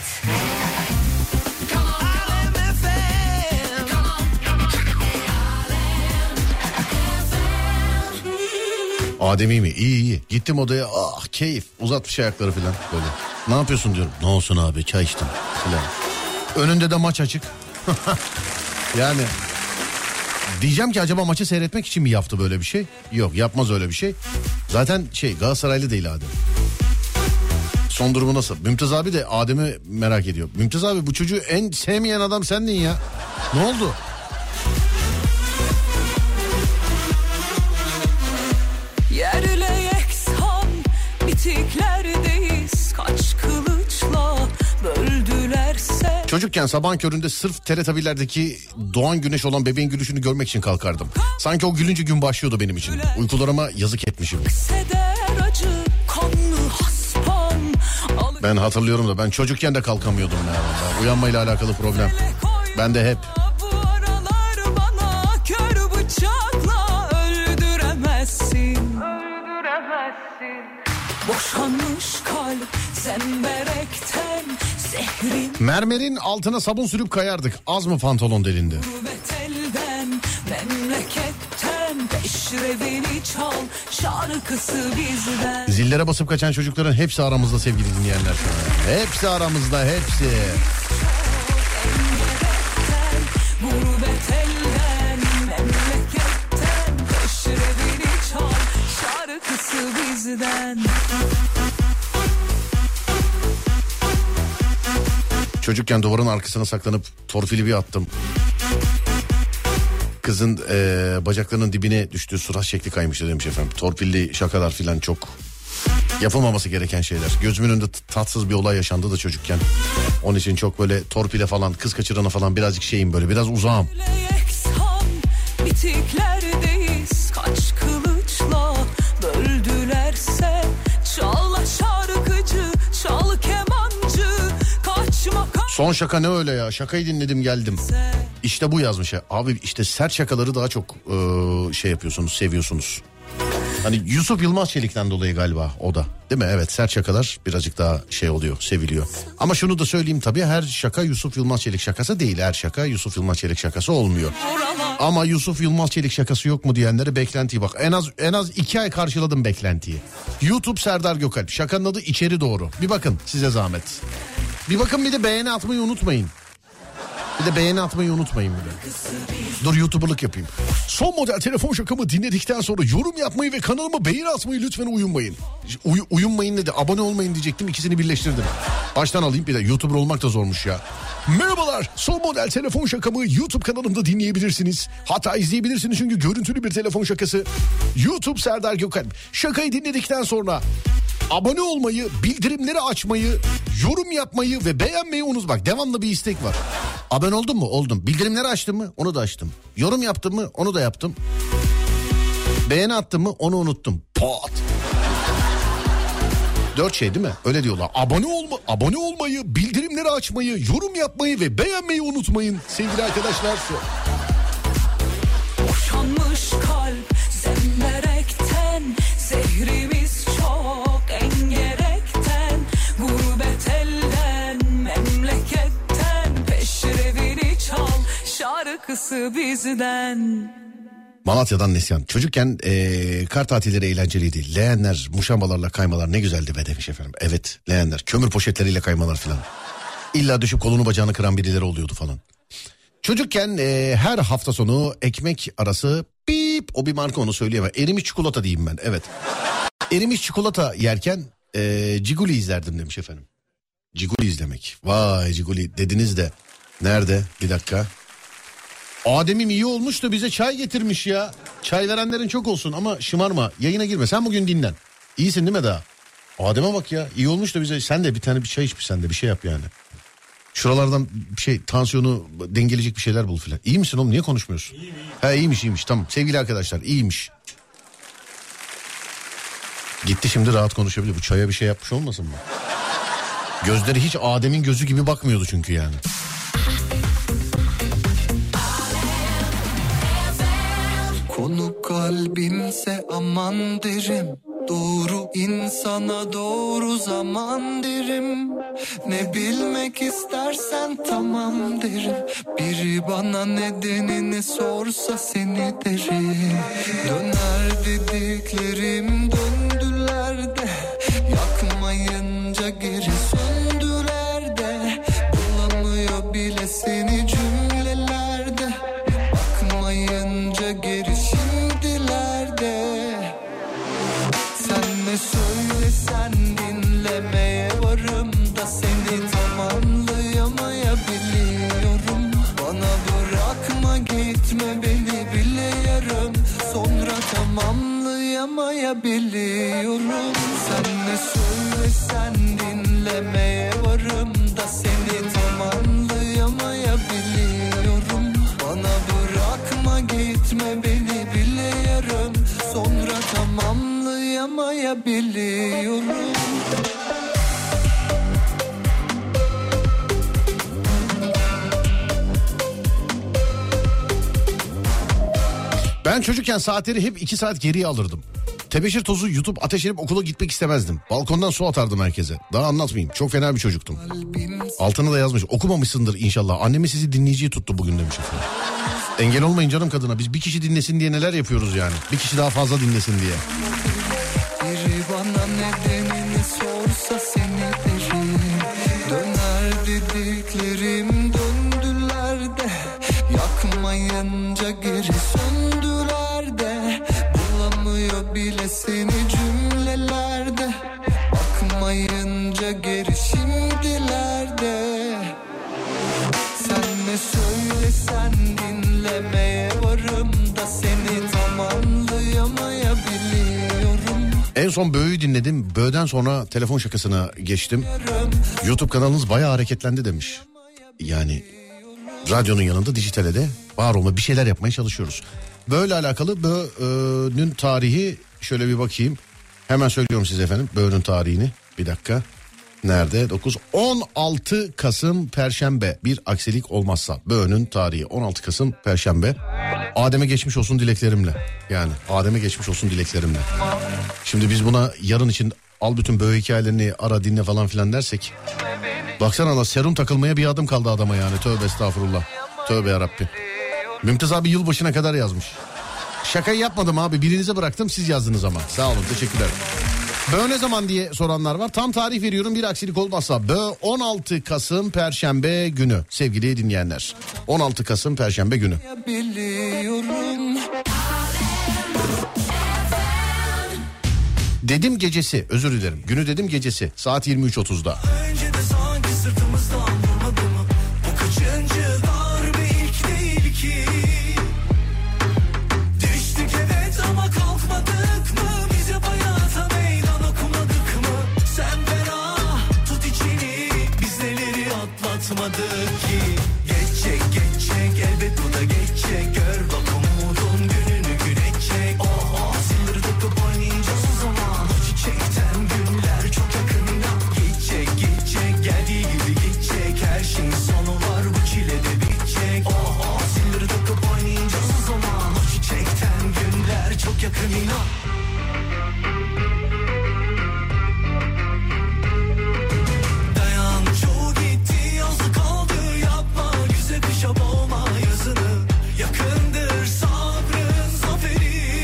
Ademi mi? İyi iyi. Gittim odaya, ah keyif. Uzatmış ayakları falan böyle. Ne yapıyorsun diyorum. Ne olsun abi, çay içtim falan. Önünde de maç açık. Yani diyeceğim ki acaba maçı seyretmek için mi yaptı böyle bir şey? Yok, yapmaz öyle bir şey. Zaten şey, Galatasaraylı değil Adem. Son durumu nasıl? Mümtaz abi de Adem'i merak ediyor. Mümtaz abi, bu çocuğu en sevmeyen adam sendin ya. Ne oldu? Yerle yeksan bitiklerdeyiz. Kaç kılıçla böldülerse. Çocukken sabahın köründe sırf Teletubbies'lerdeki doğan güneş olan bebeğin gülüşünü görmek için kalkardım. Sanki o gülünce gün başlıyordu benim için. Uykularıma yazık etmişim. Acı, kanlı haspan, Ben hatırlıyorum da ben çocukken de kalkamıyordum ya. Ben uyanmayla alakalı problem. Ben de hep. bu aralar bana kör bıçakla öldüremezsin. Öldüremezsin. Boşanmış kalp zemberekten zehrin. Mermerin altına sabun sürüp kayardık. Az mı pantolon delindi? Gurbet elden, memleketten peşrevini çal, şarkısı bizden. Zillere basıp kaçan çocukların hepsi aramızda sevgili dinleyenler şu an. Hepsi aramızda, hepsi. Gurbet elden, memleketten peşrevini çal, şarkısı bizden. Çocukken duvarın arkasına saklanıp torpili bir attım. Kızın e, bacaklarının dibine düştüğü surat şekli kaymıştı demiş efendim. Torpilli şakalar filan çok yapılmaması gereken şeyler. Gözümün önünde tatsız bir olay yaşandı da çocukken. Onun için çok böyle torpile falan, kız kaçırana falan birazcık şeyim, böyle biraz uzağım. Bitiklerdeyiz, kaç kılıçla böldülerse. Çal şarkıcı, çal kemancı, kaçma kaç. Son şaka ne öyle ya? Şakayı dinledim geldim. İşte bu yazmış ya. Abi işte sert şakaları daha çok e, şey yapıyorsunuz, seviyorsunuz. Hani Yusuf Yılmaz Çelik'ten dolayı galiba o da. Değil mi? Evet, sert şakalar birazcık daha şey oluyor, seviliyor. Ama şunu da söyleyeyim tabii, her şaka Yusuf Yılmaz Çelik şakası değil. Her şaka Yusuf Yılmaz Çelik şakası olmuyor. Ama Yusuf Yılmaz Çelik şakası yok mu diyenlere beklentiyi bak. En az en az iki ay karşıladım beklentiyi. YouTube Serdar Gökalp. Şakanın adı İçeri Doğru. Bir bakın size zahmet. Bir bakın, bir de beğeni atmayı unutmayın. Bir de beğeni atmayı unutmayın bir de. Dur YouTuber'lık yapayım. Son model telefon şakamı dinledikten sonra yorum yapmayı ve kanalıma beğeni atmayı lütfen uyumayın. Uy, uyumayın dedi. Abone olmayın diyecektim. İkisini birleştirdim. Baştan alayım bir de. YouTuber olmak da zormuş ya. Merhabalar. Son model telefon şakamı YouTube kanalımda dinleyebilirsiniz. Hatta izleyebilirsiniz çünkü görüntülü bir telefon şakası. YouTube Serdar Gökalp. Şakayı dinledikten sonra abone olmayı, bildirimleri açmayı, yorum yapmayı ve beğenmeyi unut. Bak, devamlı bir istek var. Abone oldun mu? Oldum. Bildirimleri açtın mı? Onu da açtım. Yorum yaptın mı? Onu da yaptım. Beğeni attın mı? Onu unuttum. Pat. Dört şey değil mi? Öyle diyorlar. Abone olma, abone olmayı, bildirimleri açmayı, yorum yapmayı ve beğenmeyi unutmayın sevgili arkadaşlar. Boşanmış kalp zemberekten, zehrimiz çok engerekten, gurbet elden memleketten, peşrevini çal şarkısı bizden. Malatya'dan Neslihan. Çocukken ee, kar tatilleri eğlenceliydi. Leğenler, muşambalarla kaymalar ne güzeldi be demiş efendim. Evet, leğenler, kömür poşetleriyle kaymalar filan. İlla düşüp kolunu bacağını kıran birileri oluyordu falan. Çocukken ee, her hafta sonu ekmek arası bip, o bir marka, onu söyleyemem. Erimiş çikolata diyeyim ben, evet. Erimiş çikolata yerken ee, Ciguli izlerdim demiş efendim. Ciguli izlemek. Vay Ciguli dediniz de. Nerede? Bir dakika. Adem'im iyi olmuş da bize çay getirmiş ya. Çay verenlerin çok olsun ama şımarma. Yayına girme. Sen bugün dinlen. İyisin değil mi daha? Adem'e bak ya. İyi olmuş da bize. Sen de bir tane bir çay iç, bir sen de bir şey yap yani. Şuralardan bir şey, tansiyonu dengeleyecek bir şeyler bul filan. İyi misin oğlum? Niye konuşmuyorsun? İyiyim, iyiyim. Ha, iyiymiş iyiymiş. Tamam sevgili arkadaşlar, iyiymiş. Gitti şimdi, rahat konuşabilir. Bu çaya bir şey yapmış olmasın mı? Gözleri hiç Adem'in gözü gibi bakmıyordu çünkü yani. Konu kalbimse aman derim, doğru insana doğru zaman derim. Ne bilmek istersen tamam derim, biri bana nedenini sorsa seni derim. Döner dediklerim döndüler de, yakmayınca geri söndüler de. Bulamıyor bile seni cümlelerde, bakmayınca geri şimdilerde. Sen ne söylesen dinlemeye varım da, seni tamamlayamayabiliyorum. Bana bırakma gitme beni bile yarım, sonra tamamlayamayabiliyorum. Sen ne söylesen dinlemeye varım da, seni tamamlayamayabiliyorum. Bana bırakma gitme beni bile yarım, sonra tamamlayamayabiliyorum. Ben çocukken saatleri hep iki saat geriye alırdım. Tebeşir tozu yutup ateş edip okula gitmek istemezdim. Balkondan su atardım herkese. Daha anlatmayayım. Çok fena bir çocuktum. Altına da yazmış. Okumamışsındır inşallah. Annemi sizi dinleyiciyi tuttu bugün demiş efendim. Engel olmayın canım kadına. Biz bir kişi dinlesin diye neler yapıyoruz yani. Bir kişi daha fazla dinlesin diye. Biri bana nedenini sorsa seni derim. Döner dediklerim döndüler de, yakmayınca geri söndüler de. Bulamıyor bile seni cümlelerde, bakmayınca geri şimdilerde. Sen ne söylesen dinlemeye varım da, seni tamamlayamayabiliyorum. En son Böğü'yü dinledim. Böğü'den sonra telefon şakasına geçtim. YouTube kanalınız bayağı hareketlendi demiş. Yani radyonun yanında dijitale de var olma, bir şeyler yapmaya çalışıyoruz. Böyle alakalı Böğü'nün tarihi şöyle bir bakayım. Hemen söylüyorum size efendim Böğü'nün tarihini. Bir dakika. Nerede? dokuz. on altı Kasım Perşembe. Bir aksilik olmazsa. Böğünün tarihi. on altı Kasım Perşembe. Adem'e geçmiş olsun dileklerimle. Yani Adem'e geçmiş olsun dileklerimle. Şimdi biz buna yarın için al bütün böğ hikayelerini ara dinle falan filan dersek. Baksana la, serum takılmaya bir adım kaldı adama yani. Tövbe estağfurullah. Tövbe yarabbim. Mümtaz abi yılbaşına kadar yazmış. Şakayı yapmadım abi, birinize bıraktım, siz yazdınız ama. Sağ olun, teşekkürler. Bö ne zaman diye soranlar var. Tam tarih veriyorum bir aksilik olmazsa. Bö on altı Kasım Perşembe günü sevgili dinleyenler. on altı Kasım Perşembe günü. Dedim gecesi, özür dilerim. Günü dedim gecesi, saat yirmi üç otuzda. Önce de sanki sırtımızdan vurmadı mı? Bu kaçıncı darbe, ilk değil ki. Düştük evet ama kalkmadık mı? Bize hayata meydan okumadık mı? Sen ferah tut içini, biz neleri atlatmadık ki? Geçecek geçecek elbet bu da geçecek. Gör bak umudun gününü güneşecek. Oh oh sindir takıp oynayacağız o zaman. O çiçekten günler çok yakın inan. Gidecek gidecek geldiği gibi gidecek. Her şeyin sonu var, bu çile de bitecek. Oh oh sindir takıp oynayacağız o zaman. O çiçekten günler çok yakın inan. Dayan çoğu gitti, yazı kaldı, yapma güze kışa boğma yazını. Yakındır sabrın zaferi.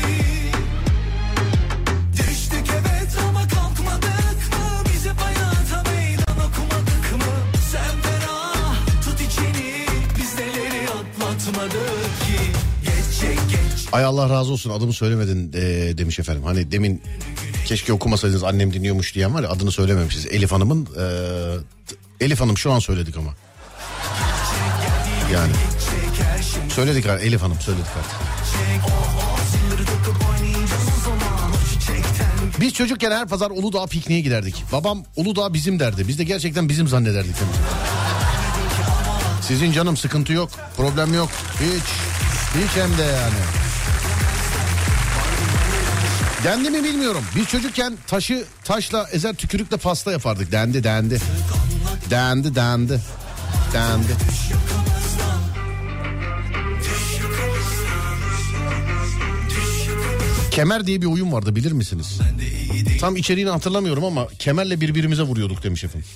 Düştük evet ama kalkmadık mı? Bize hayata meydan okumadık mı? Sen ferah tut içini, biz neleri atlatmadık ki? Geçecek geç. Ay Allah razı olsun, adımı söylemedin ee, demiş efendim. Hani demin keşke okumasaydınız, annem dinliyormuş diyen var ya, adını söylememişiz. Elif Hanım'ın ee, Elif Hanım şu an söyledik ama. Yani söyledik artık, Elif Hanım söyledik artık. Biz çocukken her pazar Uludağ pikniğe giderdik. Babam Uludağ bizim derdi. Biz de gerçekten bizim zannederdik. Sizin canım sıkıntı yok, problem yok. Hiç, hiç hem de yani. Dendi mi bilmiyorum. Biz çocukken taşı taşla ezer, tükürükle pasta yapardık. Dendi dendi. Dendi dendi. Dendi. Kemer diye bir oyun vardı, bilir misiniz? Tam içeriğini hatırlamıyorum ama kemerle birbirimize vuruyorduk demiş efendim.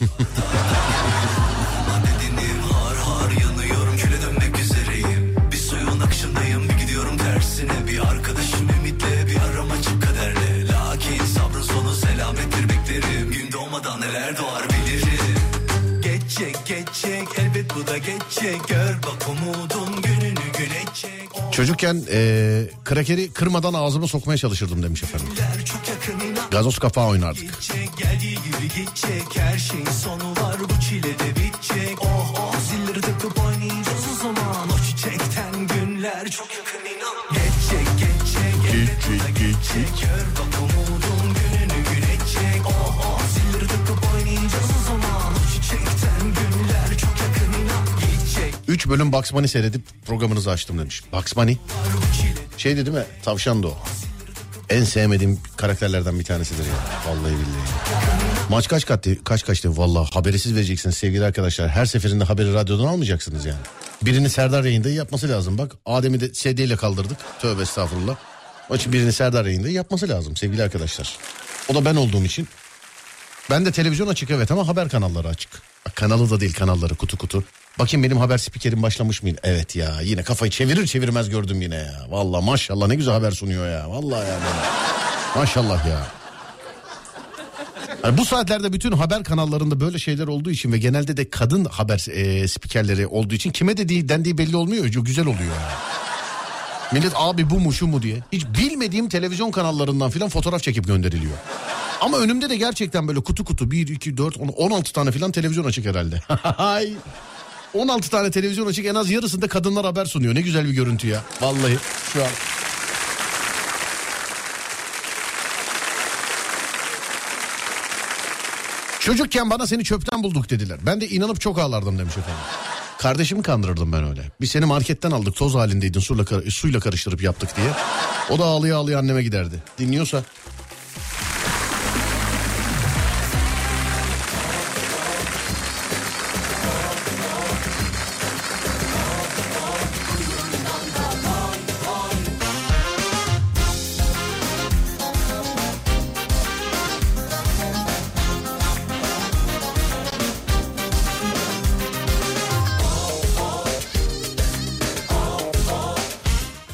Har har yanıyorum, küle dönmek üzereyim. Bir suyun akışındayım, bir gidiyorum tersine. Bir arkadaşım ümitle, bir aram açık kaderle. Lakin sabrın sonu selamettir beklerim. Gün doğmadan neler doğar bilirim. Geçecek geçecek elbet bu da geçecek. Gör bak umudun gününü güneşecek. Çocukken ee, krakeri kırmadan ağzıma sokmaya çalışırdım demiş efendim. Gazoz kapağı oynardık. Gidecek, geldiği gibi gidecek. Her şeyin sonu var, bu çile de bitecek. Oh oh zilleri takıp oynayacağız o zaman. O çiçekten günler çok yakın inan. Geçecek geçecek elbet bu da geçecek. Gör bak umudun gününü güneşecek. Oh oh zilleri takıp oynayacağız o zaman. O çiçekten günler çok yakın inan. Gidecek. Üç bölüm Bugs Bunny seyredip programınızı açtım demiş. Bugs Bunny şeydi değil mi? Tavşandı o. En sevmediğim karakterlerden bir tanesidir ya. Vallahi billahi. Maç kaç kaçtı? Kaç kaçtı? Vallahi habersiz vereceksiniz sevgili arkadaşlar. Her seferinde haberi radyodan almayacaksınız yani. Birini Serdar Yayında'yı yapması lazım. Bak Adem'i de S D ile kaldırdık. Tövbe estağfurullah. Onun için birini Serdar Yayında'yı yapması lazım sevgili arkadaşlar. O da ben olduğum için. Ben de televizyon açık evet ama haber kanalları açık. Bak, kanalı da değil, kanalları kutu kutu. Bakayım benim haber spikerim başlamış mı? Evet ya, yine kafayı çevirir çevirmez gördüm yine ya. Vallahi maşallah ne güzel haber sunuyor ya. Vallahi ya. Maşallah ya. Yani bu saatlerde bütün haber kanallarında böyle şeyler olduğu için ve genelde de kadın haber e, spikerleri olduğu için kime dediği dendiği belli olmuyor. Çok güzel oluyor ya. Millet abi bu mu şu mu diye. Hiç bilmediğim televizyon kanallarından filan fotoğraf çekip gönderiliyor. Ama önümde de gerçekten böyle kutu kutu bir, iki, dört, on altı tane filan televizyon açık herhalde. on altı tane televizyon açık, en az yarısında kadınlar haber sunuyor. Ne güzel bir görüntü ya. Vallahi şu an. Çocukken bana seni çöpten bulduk dediler. Ben de inanıp çok ağlardım demiş efendim. Kardeşimi kandırırdım ben öyle. Biz seni marketten aldık, toz halindeydin, suyla, kar- suyla karıştırıp yaptık diye. O da ağlıyor ağlıyor anneme giderdi. Dinliyorsa.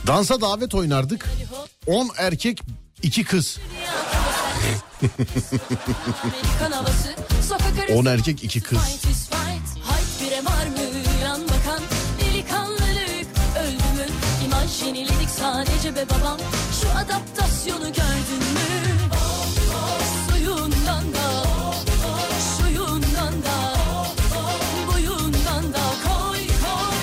Dansa davet oynardık. on erkek iki kız. on erkek iki kız. Yeniledik sadece be babam. Şu adaptasyonu gördün mü? Suyundan da, suyundan da, boyundan da koy koy.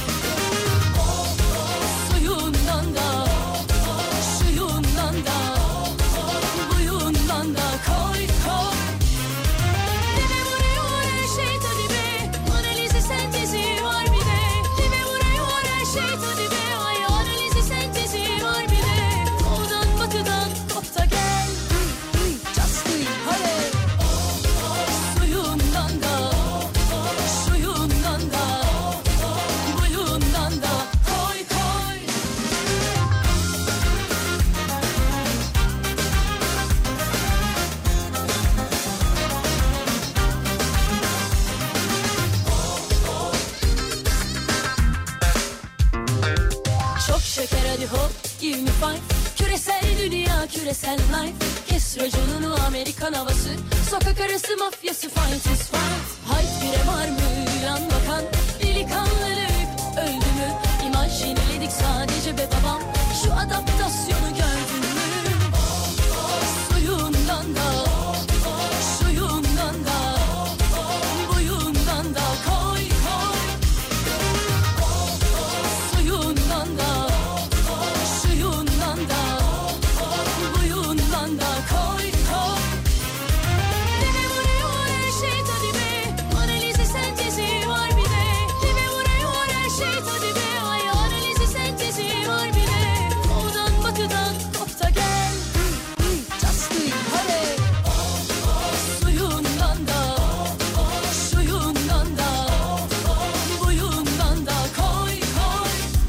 Suyundan da, suyundan da, boyundan da koy koy. Deme vuruyor her şey tabii be. Mona Lisa sentezi var bir de. Deme vuruyor her şey tabii be. Give me five. Küresel dünya, küresel life. Kes raconunu, Amerikan havası. Sokak arası mafyası, fight is fight. Hayt bire var mı yan bakan? Delikanlılık öldü mü? İmaj yeniledik sadece be babam. Şu adaptasyonu gördün mü? Suyundan da, suyundan da, boyundan da koy koy. Suyundan da, boyundan da koy koy. Deme vuruyor her şey tabii be. Analizi sentezi var bir de. Deme vuruyor her şey tabii be. Ay analizi sentezi var bir de. Oradan batıdan kop da gel. Just do it hadi. Suyundan da, suyundan da, boyundan da koy koy.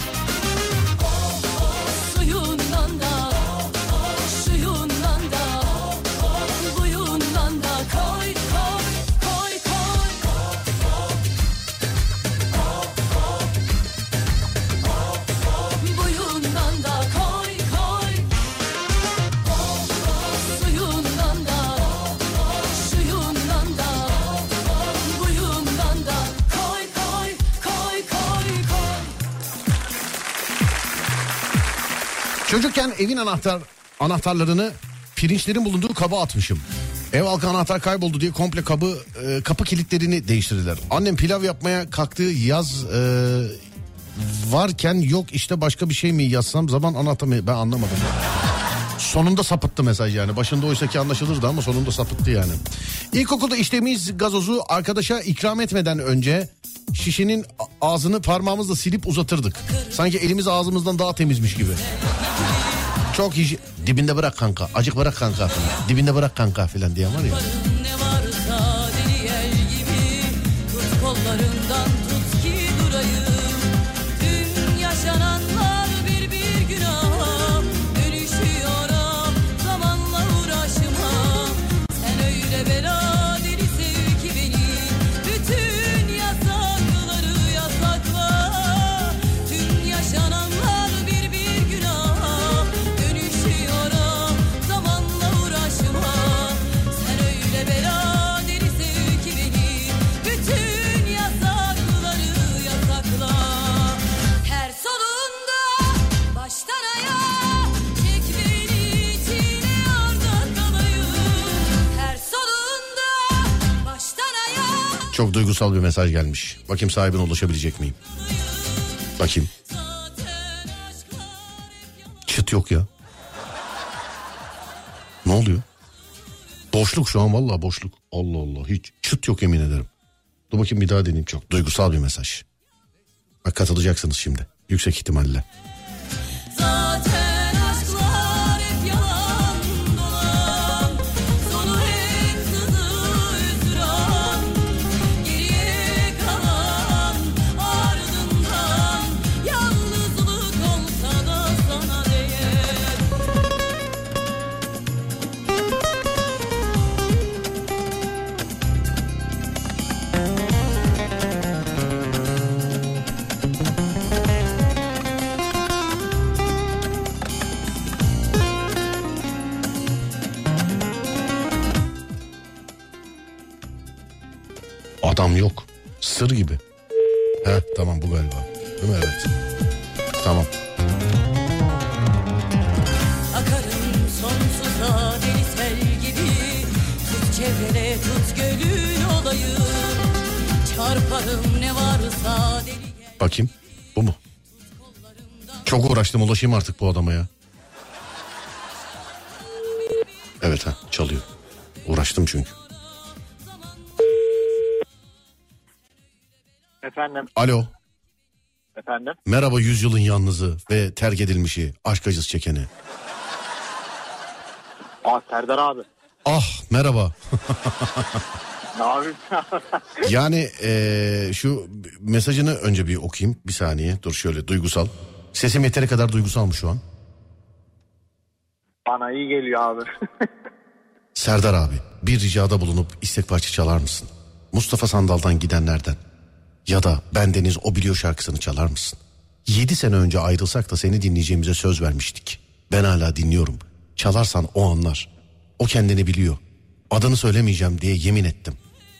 Suyundan da, suyundan da, boyundan da koy koy koy koy. Boyundan da koy koy. Suyundan da, suyundan da, boyundan da koy koy koy koy koy. Çocukken evin anahtar anahtarlarını pirinçlerin bulunduğu kaba atmışım. Ev halkı anahtar kayboldu diye komple kabı e, kapı kilitlerini değiştirdiler. Annem pilav yapmaya kalktığı yaz e, varken yok işte başka bir şey mi yazsam zaman anahtar mı ben anlamadım. Sonunda sapıttı mesaj yani. Başında oysa ki anlaşılırdı ama sonunda sapıttı yani. İlkokulda içtiğimiz gazozu arkadaşa ikram etmeden önce şişenin ağzını parmağımızla silip uzatırdık. Sanki elimiz ağzımızdan daha temizmiş gibi. Çok hijyen... Dibinde bırak kanka. Acık bırak kanka. Dibinde bırak kanka falan diye var ya. Ne varsa deli el gibi tut kollarından tut ki durayım. Dün yaşananlar bir bir günaha dönüşüyor zamanla uğraşma. Sen öyle bela deli sev ki beni bütün yasakları yasakla. Dün yaşananlar bir bir günaha dönüşüyor zamanla uğraşma. Sen öyle bela deli sev ki beni bütün yasakları yasakla. Her solunda baştan ayağa çek beni içine orada kalayım. Her solunda baştan ayağa Çok duygusal bir mesaj gelmiş. Bakayım sahibine ulaşabilecek miyim? Bakayım. Çıt yok ya. Ne oluyor? Boşluk şu an vallahi boşluk. Allah Allah hiç çıt yok yemin ederim. Dur bakayım bir daha deneyeyim çok. Duygusal bir mesaj. Bak katılacaksınız şimdi. Yüksek ihtimalle. zaten aşklar hep yalan dolan. Sonu hep sızı hüsran. Geriye kalan ardından yalnızlık olsa da sana değer. Adam yok. Sır gibi. Heh, tamam bu galiba. Değil mi? Evet. Tamam. Akarım sonsuza deli sel gibi. Tut çevrene tut gölün olayım. Çarparım ne varsa deli gel. Bakayım. Bu mu? Çok uğraştım, ulaşayım artık bu adama ya. Evet ha, çalıyor. Uğraştım çünkü. Efendim. Alo. Efendim. Merhaba yüzyılın yalnızı ve terk edilmişi, aşk acısı çekeni. Aa Serdar abi. Ah merhaba. Ne yapıyorsun? Yani ee, şu mesajını önce bir okuyayım bir saniye. Dur şöyle, duygusal. Sesim yeteri kadar duygusal mı şu an? Bana iyi geliyor abi. Serdar abi, bir ricada bulunup istek parça çalar mısın? Mustafa Sandal'dan Gidenlerden. Ya da Bendeniz O Biliyor şarkısını çalar mısın? Yedi sene önce ayrılsak da seni dinleyeceğimize söz vermiştik. Ben hala dinliyorum. Çalarsan o anlar. O kendini biliyor. Adını söylemeyeceğim diye yemin ettim.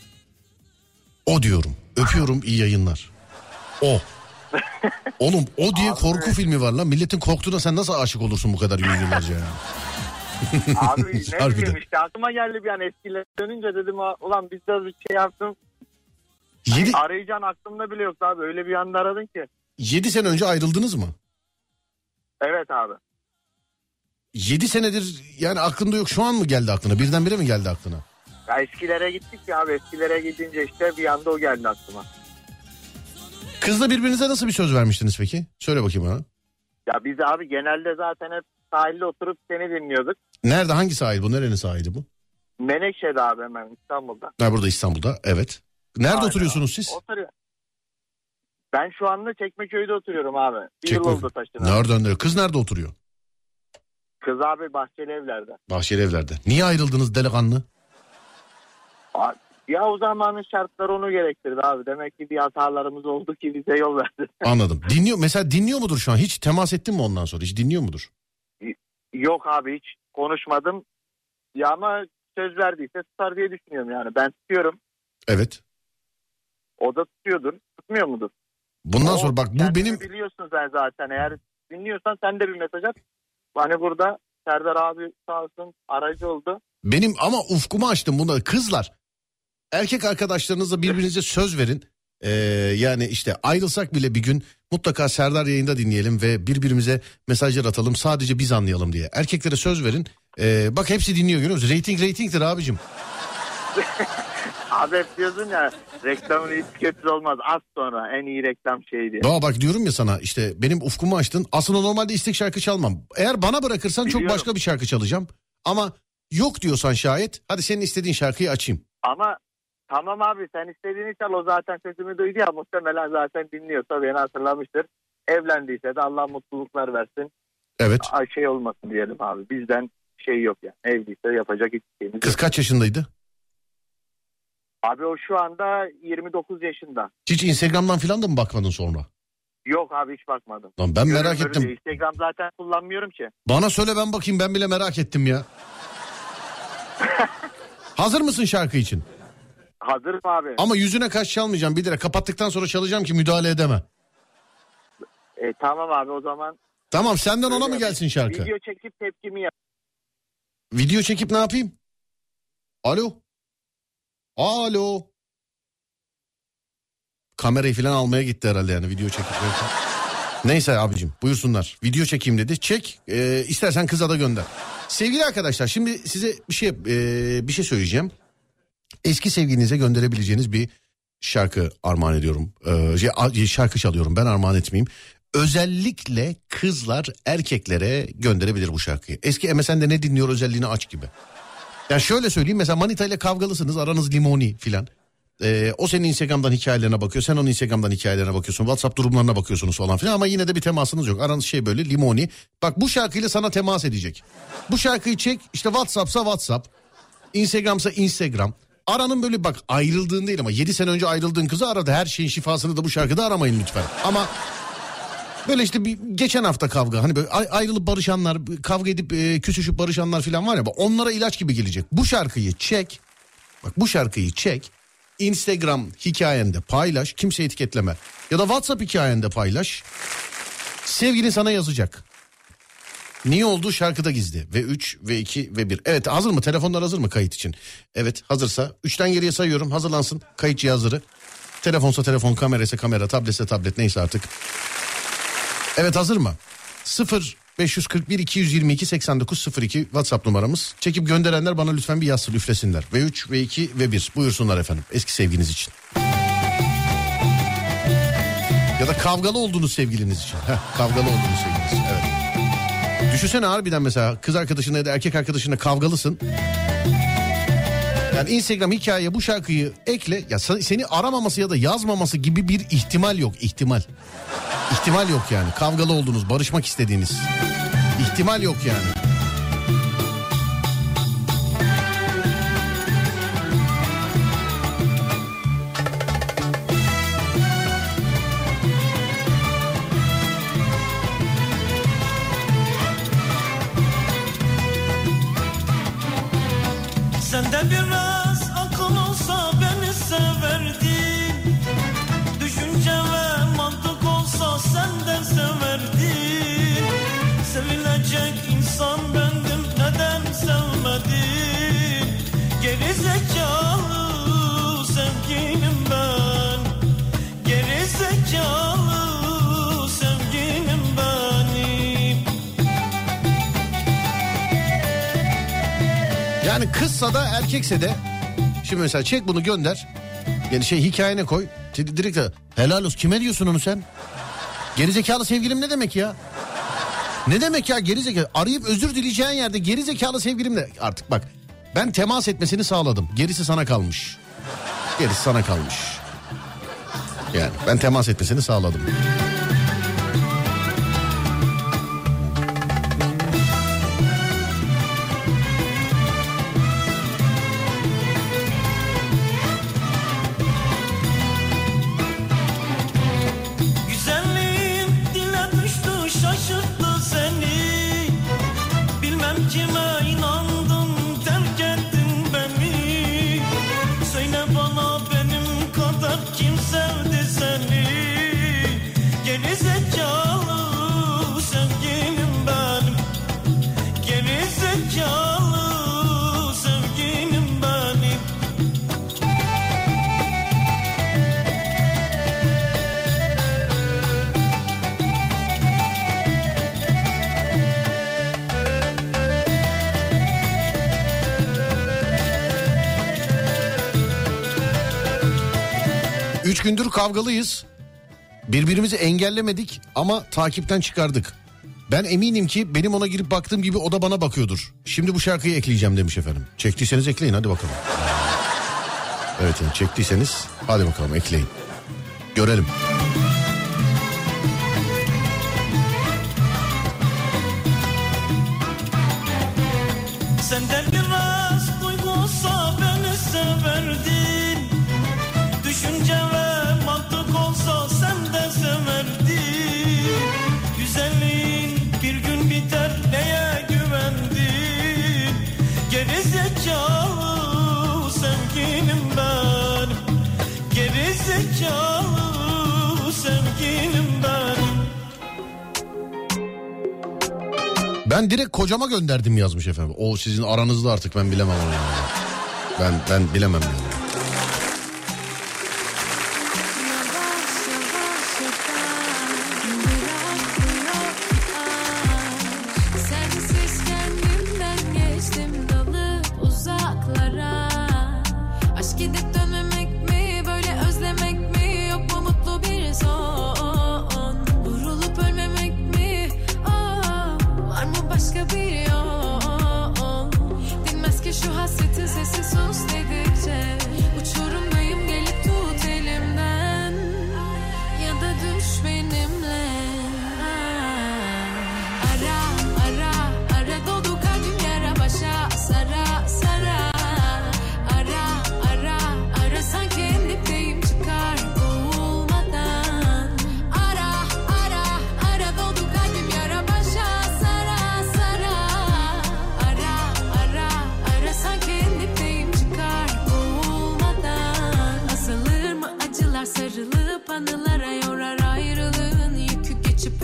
O diyorum. Öpüyorum, iyi yayınlar. O. Oğlum o diye korku filmi var lan. Milletin korktuğuna sen nasıl aşık olursun bu kadar yıllarca ya? Abi ne Harbiden. bileyim işte aklıma geldi bir an eskiler dönünce dedim ulan biz de bir şey yaptım. Yedi, Arayacağın aklımda bile yoktu abi, öyle bir anda aradın ki. yedi sene önce ayrıldınız mı? Evet abi. Yedi senedir yani aklında yok, şu an mı geldi aklına? Birdenbire mi geldi aklına? Ya eskilere gittik ya abi, eskilere gidince işte bir anda o geldi aklıma. Kızla birbirinize nasıl bir söz vermiştiniz peki? Söyle bakayım bana. Ya biz abi genelde zaten hep sahilde oturup seni dinliyorduk. Nerede, hangi sahil bu? Nerenin sahili bu? Menekşe'de abi, hemen İstanbul'da. Ha, burada İstanbul'da, evet. Nerede Aynen oturuyorsunuz abi. siz? Oturuyor. Ben şu anda Çekmeköy'de oturuyorum abi. Bir Çekmeköy. yıl oldu taşınalı. Nereden nereye? Kız nerede oturuyor? Kız abi Bahçeli Evler'de. Bahçeli Evler'de. Niye ayrıldınız delikanlı? Abi, ya o zamanın şartları onu gerektirdi abi. Demek ki bir hatalarımız oldu ki bize yol verdi. Anladım. Dinliyor, mesela dinliyor mudur şu an? Hiç temas ettin mi ondan sonra? Hiç dinliyor mudur? Yok abi, hiç konuşmadım. Ya ama söz verdiyse tutar diye düşünüyorum yani. Ben tutuyorum. Evet. O da tutuyordur. Tutmuyor mudur? Bundan O sonra bak bu kendini benim... biliyorsun sen zaten. Eğer dinliyorsan sen de bir mesaj at. Hani burada Serdar abi sağ olsun aracı oldu. Benim ama ufkumu açtım bunda. Kızlar, erkek arkadaşlarınızla birbirinize söz verin. Ee, yani işte ayrılsak bile bir gün mutlaka Serdar yayında dinleyelim ve birbirimize mesajlar atalım. Sadece biz anlayalım diye. Erkeklere söz verin. Ee, bak hepsi dinliyor, görüyor musun? Rating ratingdir abicim. Abi hep diyorsun ya, reklamın hiç kötü olmaz. Az sonra en iyi reklam şey diye. Daha bak diyorum ya sana, işte benim ufkumu açtın. Aslında normalde istek şarkı çalmam. Eğer bana bırakırsan çok Biliyorum. başka bir şarkı çalacağım. Ama yok diyorsan şayet, hadi senin istediğin şarkıyı açayım. Ama tamam abi, sen istediğini çal, o zaten sesimi duydu ya, muhtemelen zaten dinliyorsa beni hatırlamıştır. Evlendiyse de Allah mutluluklar versin. Evet. Ay, şey olmasın diyelim abi, bizden şey yok yani. Evliyse yapacak hiçbir şeyimiz Kız yok. kaç yaşındaydı? Abi o şu anda yirmi dokuz yaşında. Hiç Instagram'dan falan da mı bakmadın sonra? Yok abi, hiç bakmadım. Lan ben merak Görünmüyor ettim. diye. Instagram zaten kullanmıyorum ki. Bana söyle, ben bakayım, ben bile merak ettim ya. Hazır mısın şarkı için? Hazırım abi. Ama yüzüne kaç çalmayacağım, bir lira. Kapattıktan sonra çalacağım ki müdahale edeme. E, tamam abi, o zaman. Tamam, senden ona Öyle mı gelsin şarkı? Video çekip tepkimi yap. Video çekip ne yapayım? Alo? Alo? Kamerayı falan almaya gitti herhalde, yani video çekip. Neyse abicim, buyursunlar. Video çekeyim dedi. Çek. Ee, istersen kıza da gönder. Sevgili arkadaşlar, şimdi size bir şey e, bir şey söyleyeceğim. Eski sevgilinize gönderebileceğiniz bir şarkı armağan ediyorum. Ee, şarkı çalıyorum, ben armağan etmeyeyim. Özellikle kızlar erkeklere gönderebilir bu şarkıyı. Eski M S N'de ne dinliyor özelliğini aç gibi. Yani şöyle söyleyeyim, mesela manita ile kavgalısınız, aranız limoni filan. Ee, o senin Instagram'dan hikayelerine bakıyor, sen onun Instagram'dan hikayelerine bakıyorsun, WhatsApp durumlarına bakıyorsunuz falan filan, ama yine de bir temasınız yok. Aranız şey böyle limoni. Bak bu şarkıyla sana temas edecek. Bu şarkıyı çek, işte WhatsApp'sa WhatsApp, Instagram'sa Instagram. Aranın böyle bak ayrıldığın değil ama yedi sene önce ayrıldığın kızı aradı. Her şeyin şifasını da bu şarkıda aramayın lütfen. Ama böyle işte bir geçen hafta kavga, hani böyle ayrılıp barışanlar, kavga edip e, küsüşüp barışanlar falan var ya, onlara ilaç gibi gelecek. Bu şarkıyı çek. Bak bu şarkıyı çek. Instagram hikayende paylaş, kimse etiketleme. Ya da WhatsApp hikayende paylaş. Sevgilin sana yazacak. Niye olduğu şarkıda gizli. Ve üç, ve iki, ve bir. Evet, hazır mı? Telefonlar hazır mı kayıt için? Evet, hazırsa. üçten geriye sayıyorum. Hazırlansın kayıt cihazları. Telefonsa telefon, kameraysa kamera, tabletse tablet, neyse artık. Evet, hazır mı? sıfır beş kırk bir iki yüz yirmi iki seksen dokuz sıfır iki WhatsApp numaramız. Çekip gönderenler bana lütfen bir yazsın, üflesinler. ve üç, ve iki, ve bir. Buyursunlar efendim. Eski sevginiz için. Ya da kavgalı olduğunuz sevgiliniz için. Heh, kavgalı olduğunuz sevgiliniz. Evet. Düşünsene harbiden mesela kız arkadaşınla ya da erkek arkadaşınla kavgalısın. Yani Instagram hikayeye bu şarkıyı ekle. Ya seni aramaması ya da yazmaması gibi bir ihtimal yok. İhtimal. İhtimal yok yani. Kavgalı olduğunuz, barışmak istediğiniz. İhtimal yok yani. Sende biraz akıl olsa beni severdin. Düşünce ve mantık olsa sen de severdin. Sevilecek insan bendim, neden sevmedin? Geri zekalı sevgilim ben. Geri zekalı sevgilim benim. Yani kızsa da erkekse de şimdi mesela çek bunu gönder. Yani şey hikayene koy. Direkt de helal olsun, kime diyorsun onu sen? Gerizekalı sevgilim ne demek ya? Ne demek ya gerizekalı? Arayıp özür dileyeceğin yerde gerizekalı sevgilim de artık bak. Ben temas etmesini sağladım. Gerisi sana kalmış. Gerisi sana kalmış. Yani ben temas etmesini sağladım. Güzelliğin dile düştü, şaşırttı seni. Bilmem kime inandın, terk ettin beni. Söyle bana benim kadar kim sevdi seni? Geri zekalı sevgilim benim. Geri zekalı sevgilim benim. Üç gündür kavgalıyız. Birbirimizi engellemedik ama takipten çıkardık. Ben eminim ki benim ona girip baktığım gibi o da bana bakıyordur. Şimdi bu şarkıyı ekleyeceğim demiş efendim. Çektiyseniz ekleyin hadi bakalım. Evet yani çektiyseniz hadi bakalım ekleyin. Görelim. Senden biraz duygu olsa beni severdin. Düşünce ve mantık olsa sen de severdin. Güzelliğin bir gün biter, neye güvendin? Geri zekalı sevgilim benim. Geri zekalı sevgilim benim. Ben direkt kocama gönderdim yazmış efendim. O sizin aranızda artık ben bilemem onu. Yani. Ben ben bilemem yani. Sensiz kendimden geçtim dalıp uzaklara. Aşk gidip dönmemek mi, böyle özlemek mi, yok mu mutlu bir son? Vurulup ölmemek mi, oh, var mı başka bir yol? Dinmez ki şu hasretin sesi sus dedikçe.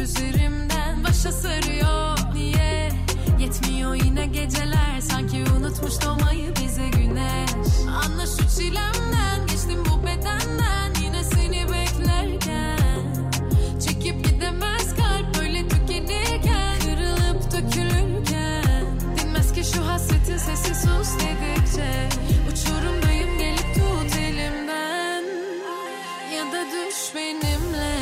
üzerimden başa sarıyor. Niye yetmiyor yine geceler, sanki unutmuş doğmayı bize güneş. Anla şu çilemden, geçtim bu bedenden, yine seni beklerken. Çekip gidemez kalp böyle tükenirken, kırılıp dökülürken. Dinmez ki şu hasretin sesi sus dedikçe. Uçurumdayım, gelip tut elimden, ya da düş benimle.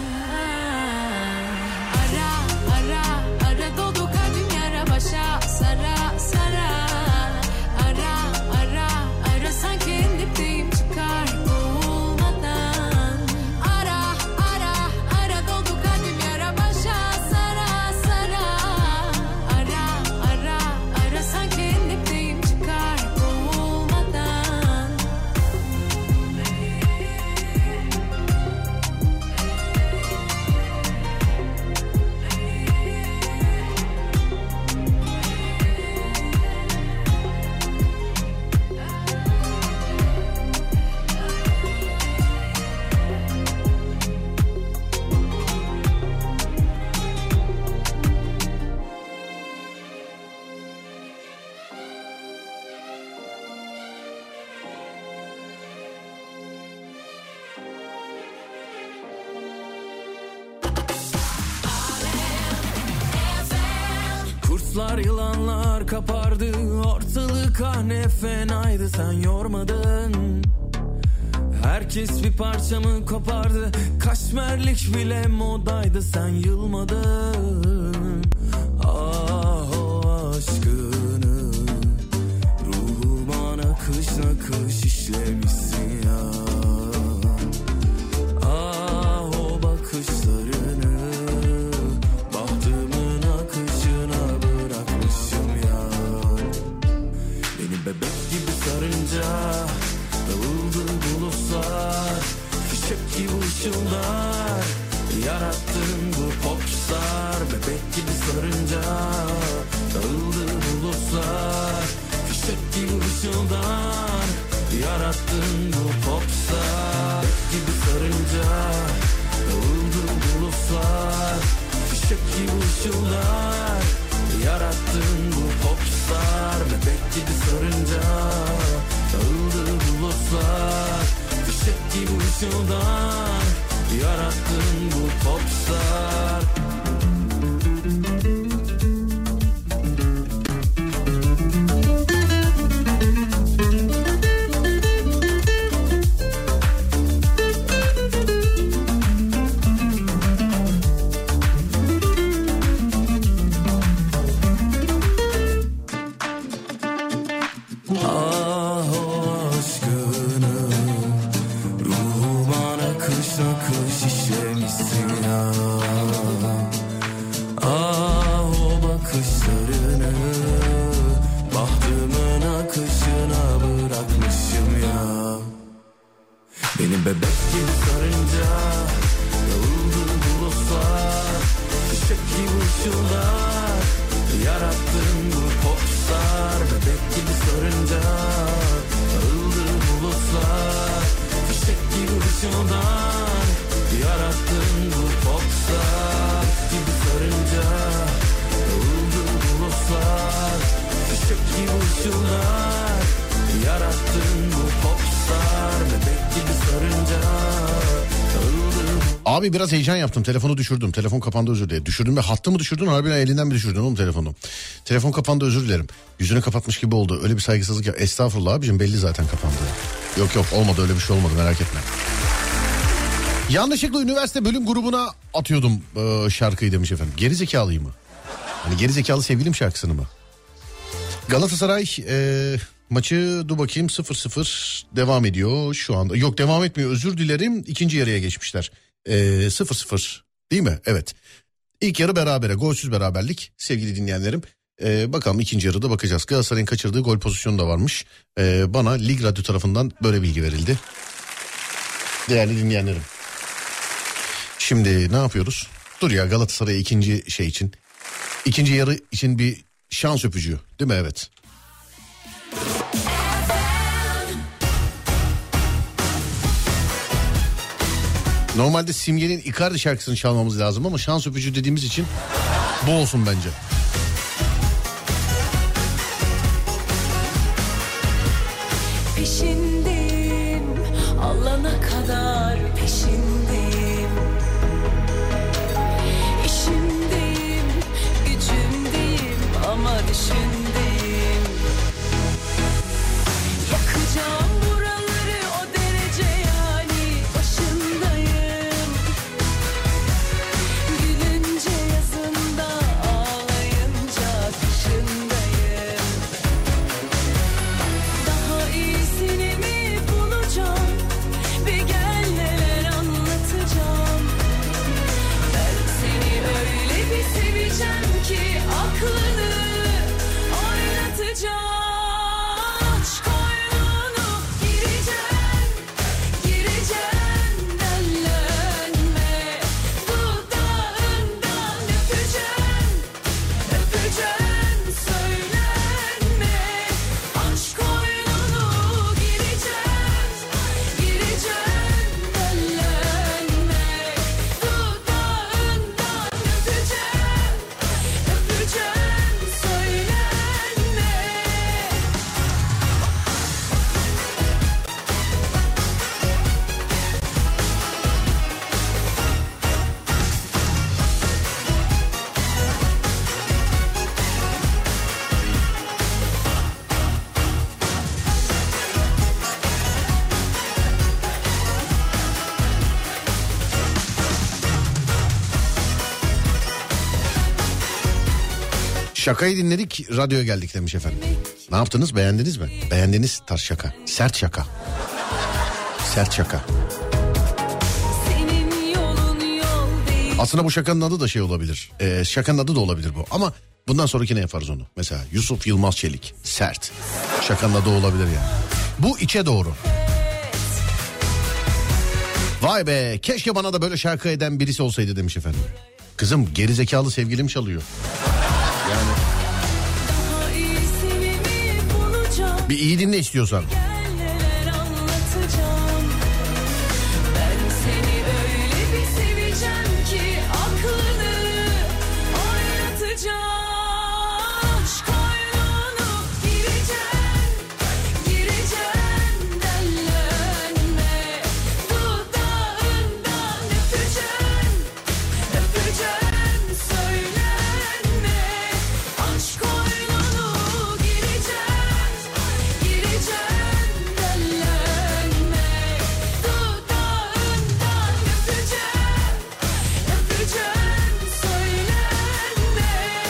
Ara ara ara dolu kalbim yara başa sara sara. Ara ara ara sanki en dipteyim, çıkar boğulmadan. Ara ara ara dolu kalbim yara başa sara sara. Ara ara ara sanki en dipteyim, çıkar boğulmadan. Kurtlar yılanlar kapardı ortalık, ah ne fenaydı sen yormadın. Herkes bir parçamı kopardı, kaşmerlik bile modaydı sen yılmadın. Ah o aşkını ruhuma nakış nakış işlemişsin ya. Ah o bakışlarını bahtımın akışına bırakmışım ya. Beni bebek gibi sarınca dağıldı bulutlar, fişek gibi ışıldar. Yarattın bu popstar, bebek gibi sarınca dağıldı bulutlar, fişek gibi ışıldar. Yarattın bu popstar, bebek gibi sarınca dağıldı bulutlar, fişek gibi ışıldar. Yarattın bu popstar, bebek gibi sarınca dağıldı bulutlar, fişek gibi ışıldar. Yarattın bu popstar. Abi biraz heyecan yaptım, telefonu düşürdüm, telefon kapandı, özür dilerim. Düşürdüm ve hattı mı düşürdün, harbiden elinden mi düşürdün oğlum telefonu? Telefon kapandı, özür dilerim. Yüzünü kapatmış gibi oldu, öyle bir saygısızlık ya. Estağfurullah abicim, belli zaten kapandı. Yok yok, olmadı, öyle bir şey olmadı, merak etme. Yanlışlıkla üniversite bölüm grubuna atıyordum e, şarkıyı demiş efendim. Gerizekalıyı mı? Hani gerizekalı sevgilim şarkısını mı? Galatasaray e, maçı dur bakayım sıfır sıfır devam ediyor şu anda. Yok, devam etmiyor, özür dilerim, ikinci yarıya geçmişler. E, sıfır sıfır değil mi? Evet. İlk yarı berabere, golsüz beraberlik sevgili dinleyenlerim. E, bakalım ikinci yarıda bakacağız. Galatasaray'ın kaçırdığı gol pozisyonu da varmış. E, bana Lig Radyo tarafından böyle bilgi verildi. Değerli dinleyenlerim. Şimdi ne yapıyoruz? Dur ya, Galatasaray'a ikinci şey için, ikinci yarı için bir şans öpücüğü değil mi? Evet. Normalde Simge'nin Icardi şarkısını çalmamız lazım ama şans öpücü dediğimiz için bu olsun bence. Peşindeyim, alana kadar peşindeyim. İşimdeyim, gücümdeyim ama düşündeyim. Yakacağım buraları o derece yani başındayım. Gülünce yazında, ağlayınca kışındayım. Daha iyisini mi bulacağım? Bir gel neler anlatacağım. Ben seni öyle bir seveceğim ki aklını oynatacağım. Aşk oyununu gireceğim, gireceğim dellenme. Dudağından öpeceğim, öpeceğim söylenme. Aşk oyununu gireceğim, gireceğim dellenme. Dudağından öpeceğim, öpeceğim söylenme. Şakayı dinledik, radyoya geldik demiş efendim. Ne yaptınız, beğendiniz mi? Beğendiniz tarz şaka, sert şaka. Sert şaka. Senin yolun yol değil. Aslında bu şakanın adı da şey olabilir. Ee, şakanın adı da olabilir bu. Ama bundan sonrakine yaparız onu. Mesela Yusuf Yılmaz Çelik. Sert. Şakanın adı olabilir yani. Bu içe doğru. Vay be, keşke bana da böyle şarkı eden birisi olsaydı demiş efendim. Kızım, gerizekalı sevgilim çalıyor. Yani Daha iyisini mi bulacağım? bir iyi dinle istiyorsan. Gel neler anlatacağım. Ben seni öyle bir seveceğim ki aklını oynatacağım. Aşk oyununu gireceğim, gireceğim dellenme. Dudağından öpeceğim, öpeceğim söylenme. Aşk oyununu gireceğim, gireceğim dellenme. Dudağından öpeceğim, öpeceğim söylenme.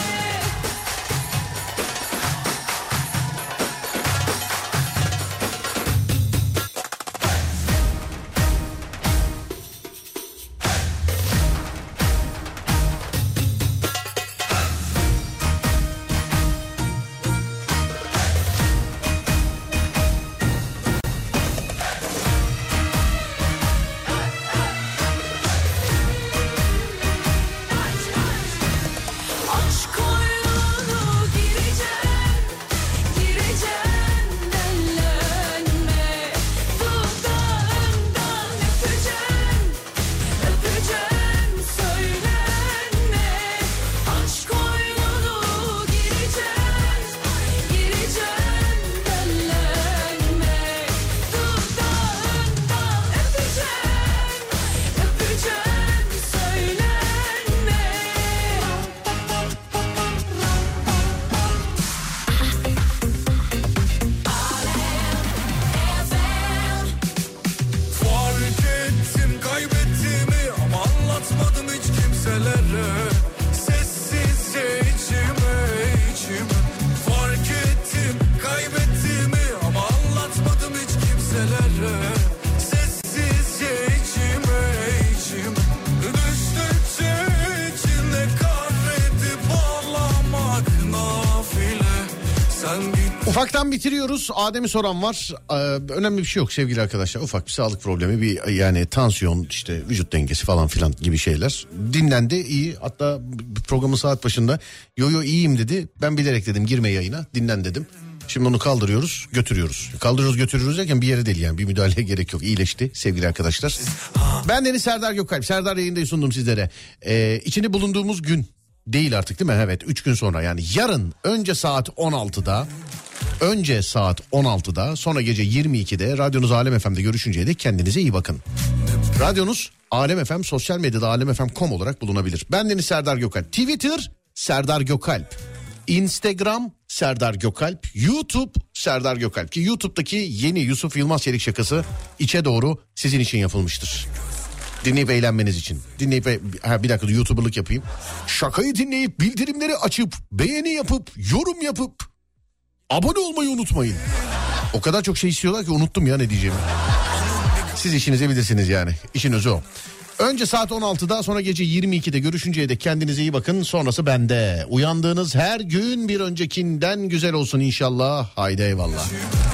Aşk oyununu gireceğim, gireceğim dellenme. Dudağından öpeceğim, öpeceğim söylenme. Aşk oyununu gireceğim, gireceğim dellenme. Dudağından öpeceğim, öpeceğim söylenme. Fark ettim kaybettiğimi ama anlatmadım hiç kimselere. Sessizce içime içime. Fark ettim kaybettiğimi ama anlatmadım hiç kimselere. Sessizce içime içime. Düştükçe içine kahredip ağlamak nafile. Sen git. Ufaktan bitiriyoruz. Adem'i soran var. Ee, önemli bir şey yok sevgili arkadaşlar. Ufak bir sağlık problemi, bir yani tansiyon, işte vücut dengesi falan filan gibi şeyler. Dinlendi, iyi. Hatta programın saat başında yo yo iyiyim dedi. Ben bilerek dedim girme yayına. Dinlen dedim. Şimdi onu kaldırıyoruz, götürüyoruz. Kaldırıyoruz, götürüyoruz derken bir yere değil yani. Bir müdahaleye gerek yok. İyileşti sevgili arkadaşlar. Ben Deniz Serdar Gökalp. Serdar yayındayı sundum sizlere. Ee, içinde bulunduğumuz gün değil artık değil mi? Evet, üç gün sonra yani yarın önce saat on altıda... Önce saat on altıda, sonra gece yirmi ikide radyonuz Alem F M'de görüşünceye dek kendinize iyi bakın. Radyonuz Alem F M, sosyal medyada alem f m nokta com olarak bulunabilir. Ben Deniz Serdar Gökalp. Twitter Serdar Gökalp. Instagram Serdar Gökalp. YouTube Serdar Gökalp. Ki YouTube'daki yeni Yusuf Yılmaz Çelik şakası içe doğru sizin için yapılmıştır. Dinleyip eğlenmeniz için. Dinleyip ha, bir dakika YouTuber'lık yapayım. Şakayı dinleyip bildirimleri açıp beğeni yapıp yorum yapıp abone olmayı unutmayın. O kadar çok şey istiyorlar ki unuttum ya ne diyeceğimi. Siz işinizi bilirsiniz yani. İşin özü o. Önce saat on altıda, sonra gece yirmi ikide görüşünceye dek kendinize iyi bakın. Sonrası bende. Uyandığınız her gün bir öncekinden güzel olsun inşallah. Haydi eyvallah.